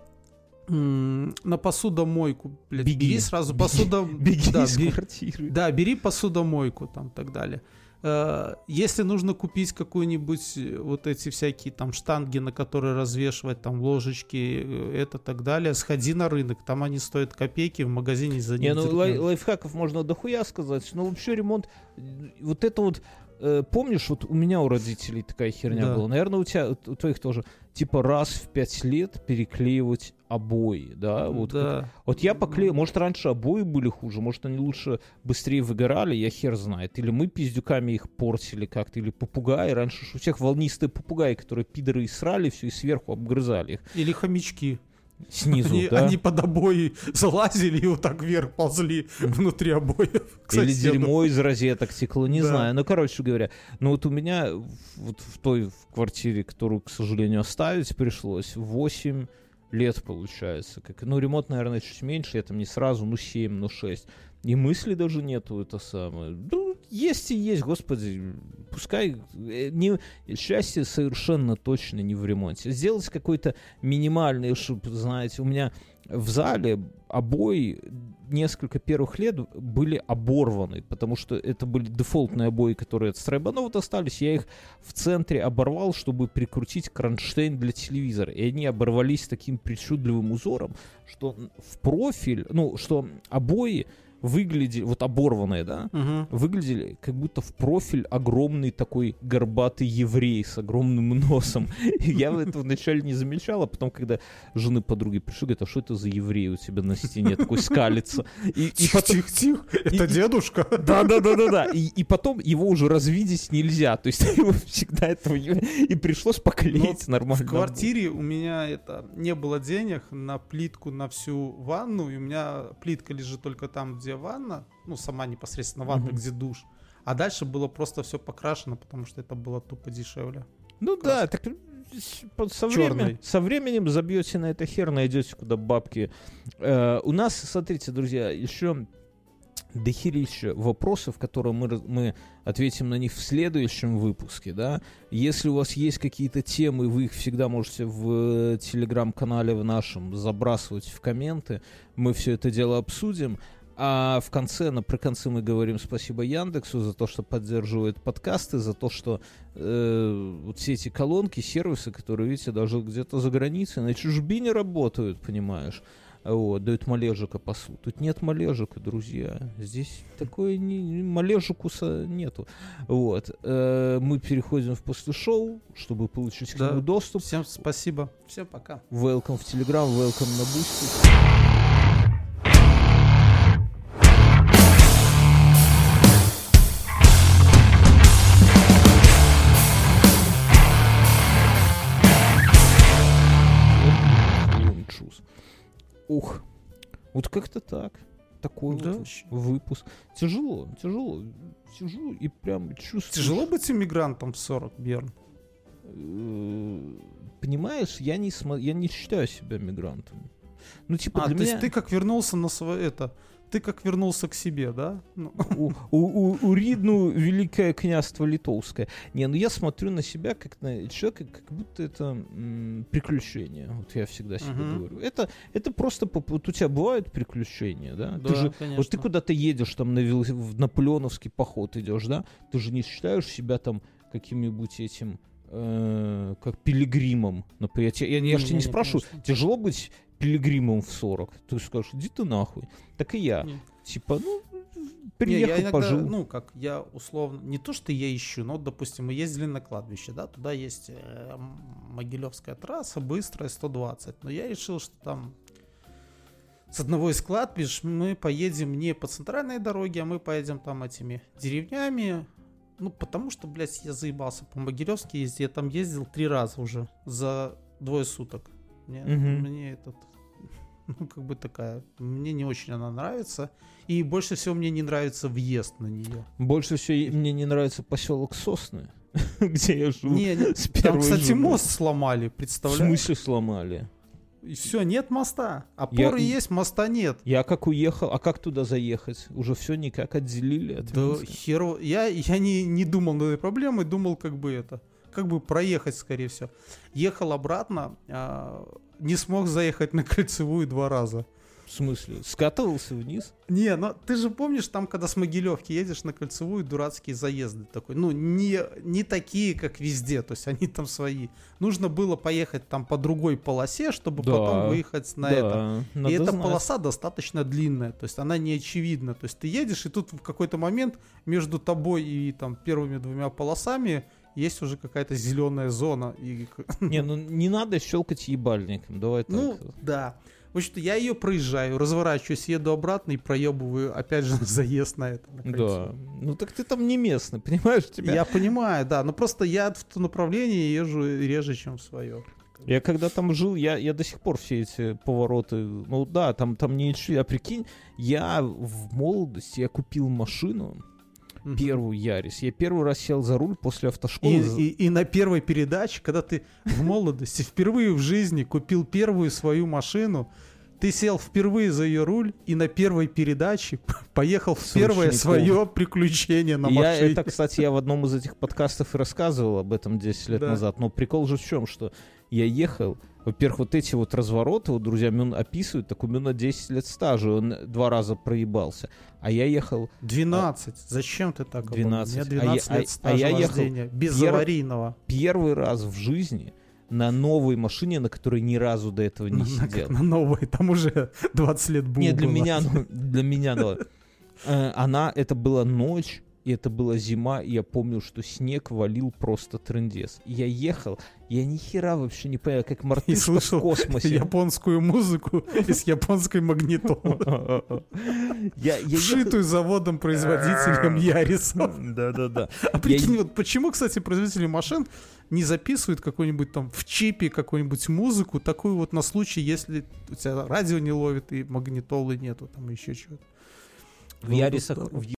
на посудомойку, блядь, бери сразу беги из квартиры. Да, бери посудомойку, там, так далее. Если нужно купить какую-нибудь вот эти всякие там штанги, на которые развешивать там ложечки, это так далее, сходи на рынок, там они стоят копейки, в магазине за них. Лайфхаков можно дохуя сказать, но вообще ремонт, вот это вот, помнишь, вот у меня у родителей такая херня была, наверное, у твоих тоже, типа раз в 5 лет переклеивать обои, да? Вот, да. Вот я поклеил, может, раньше обои были хуже, может, они лучше быстрее выгорали, я хер знает. Или мы пиздюками их портили как-то, или попугаи. Раньше у всех волнистые попугаи, которые пидоры и срали все и сверху обгрызали их. Или хомячки. Снизу, да? Они под обои залазили и вот так вверх ползли внутри обоев. Или дерьмо из розеток текло, не знаю. Ну, короче говоря, вот у меня вот в той квартире, которую, к сожалению, оставить пришлось, 8 лет получается. Ремонт, наверное, чуть меньше, я там не сразу, 7, 6. И мысли даже нету, это самое. Есть и есть, господи. Пускай счастье совершенно точно не в ремонте. Сделать какой-то минимальный, чтобы, знаете, у меня в зале обои несколько первых лет были оборваны, потому что это были дефолтные обои, которые от Страйбанов остались. Я их в центре оборвал, чтобы прикрутить кронштейн для телевизора. И они оборвались таким причудливым узором, что в профиль, что обои выглядели, вот оборванные, да, выглядели как будто в профиль огромный такой горбатый еврей с огромным носом. Я этого вначале не замечал, а потом, когда жены подруги пришли, говорят, а что это за еврей у тебя на стене такой скалится? Тихо, это дедушка. Да. И потом его уже развидеть нельзя, то есть его всегда этого и пришлось поклеить нормально. В квартире у меня не было денег на плитку на всю ванну, и у меня плитка лежит только там, где ванна, сама непосредственно ванна, где душ, а дальше было просто все покрашено, потому что это было тупо дешевле. Да, так со временем забьете на это хер, найдете куда бабки. У нас, смотрите, друзья, еще дохерища вопросов, которые мы ответим на них в следующем выпуске, да. Если у вас есть какие-то темы, вы их всегда можете в телеграм-канале в нашем забрасывать в комменты, мы все это дело обсудим. А в конце, при конце мы говорим спасибо Яндексу за то, что поддерживает подкасты, за то, что вот все эти колонки, сервисы, которые, видите, даже где-то за границей, на чужбине работают, понимаешь. Вот, дают малежика пасу. Тут нет малежика, друзья. Здесь такое малежикуса нету. Вот. Мы переходим в после шоу, чтобы получить к нему доступ. Всем спасибо. Всем пока. Welcome в Telegram, welcome на Boosty. Ух, вот как-то так. Такой вот выпуск. Тяжело. Сижу и прям чувствую. Тяжело быть иммигрантом в 40, Берн? Понимаешь, я не считаю себя мигрантом. Для меня... ты как вернулся на свое Ты как вернулся к себе, да? У Ридну Великое княжество Литовское. Я смотрю на себя как на человека, как будто это приключение. Вот я всегда себе говорю. Это просто вот у тебя бывают приключения, да? Да, вот ты куда-то едешь, там в наполеоновский поход идешь, да? Ты же не считаешь себя там каким-нибудь этим как пилигримом, например. Я же тебя не спрашиваю, конечно. Тяжело быть пилигримом в 40. Ты скажешь, иди ты нахуй. Так и я. Приехал, пожил. Я условно, не то, что я ищу, но, допустим, мы ездили на кладбище, да, туда есть Могилевская трасса, быстрая, 120. Но я решил, что там с одного из кладбищ мы поедем не по центральной дороге, а мы поедем там этими деревнями. Потому что, блядь, я заебался по Могилевске ездить. Я там ездил 3 раза уже за 2 суток. Мне такая, мне не очень она нравится, и больше всего мне не нравится въезд на нее. Больше всего мне не нравится поселок Сосны, где я живу. Там, кстати, мост сломали, представляешь? В смысле сломали? И все, нет моста. Опоры есть, моста нет. Я как уехал, а как туда заехать? Уже все никак отделили от Минска. Херово. Я не думал над этой проблемой, думал, как бы проехать, скорее всего. Ехал обратно, не смог заехать на Кольцевую 2 раза. В смысле? Скатывался вниз? Не, ты же помнишь, там, когда с Могилевки едешь на Кольцевую, дурацкие заезды такой. Не такие, как везде, то есть они там свои. Нужно было поехать там по другой полосе, чтобы потом выехать на это. И эта полоса достаточно длинная, то есть она не очевидна. То есть ты едешь, и тут в какой-то момент между тобой и там первыми 2 полосами есть уже какая-то зеленая зона. Не надо щелкать ебальником, давай так. Да. В общем-то, я ее проезжаю, разворачиваюсь, еду обратно и проебываю, опять же, заезд на это. Да. Так ты там не местный, понимаешь? Я понимаю, да. Но просто я в то направление езжу реже, чем в свое. Я когда там жил, я до сих пор все эти повороты, там не ищу. А прикинь, я в молодости, я купил машину, первую Ярис. Я первый раз сел за руль после автошколы. И на первой передаче, когда ты в молодости впервые в жизни купил первую свою машину, ты сел впервые за ее руль и на первой передаче поехал в первое свое приключение на машине. Кстати, я в одном из этих подкастов и рассказывал об этом 10 лет назад. Но прикол же в чем, что я ехал. Во-первых, вот эти вот развороты, друзья, Мюн описывают, так у Мюна 10 лет стажа, он 2 раза проебался. А я ехал... 12. Зачем ты так? 12. У меня 12 лет стажа вождения, без аварийного. Первый раз в жизни на новой машине, на которой ни разу до этого не сидел. На новой, там уже 20 лет было. Нет, для меня, Это была ночь, и это была зима, и я помнил, что снег валил просто трындец. Я ехал, я ни хера вообще не понял, как мартышка в космосе. Японскую музыку из японской магнитолы. Вшитую заводом-производителем Яриса. Да-да-да. А прикинь, вот почему, кстати, производители машин не записывают какой-нибудь там в чипе какую-нибудь музыку, такую вот на случай, если у тебя радио не ловит и магнитолы нету, там еще чего-то. В Ярисах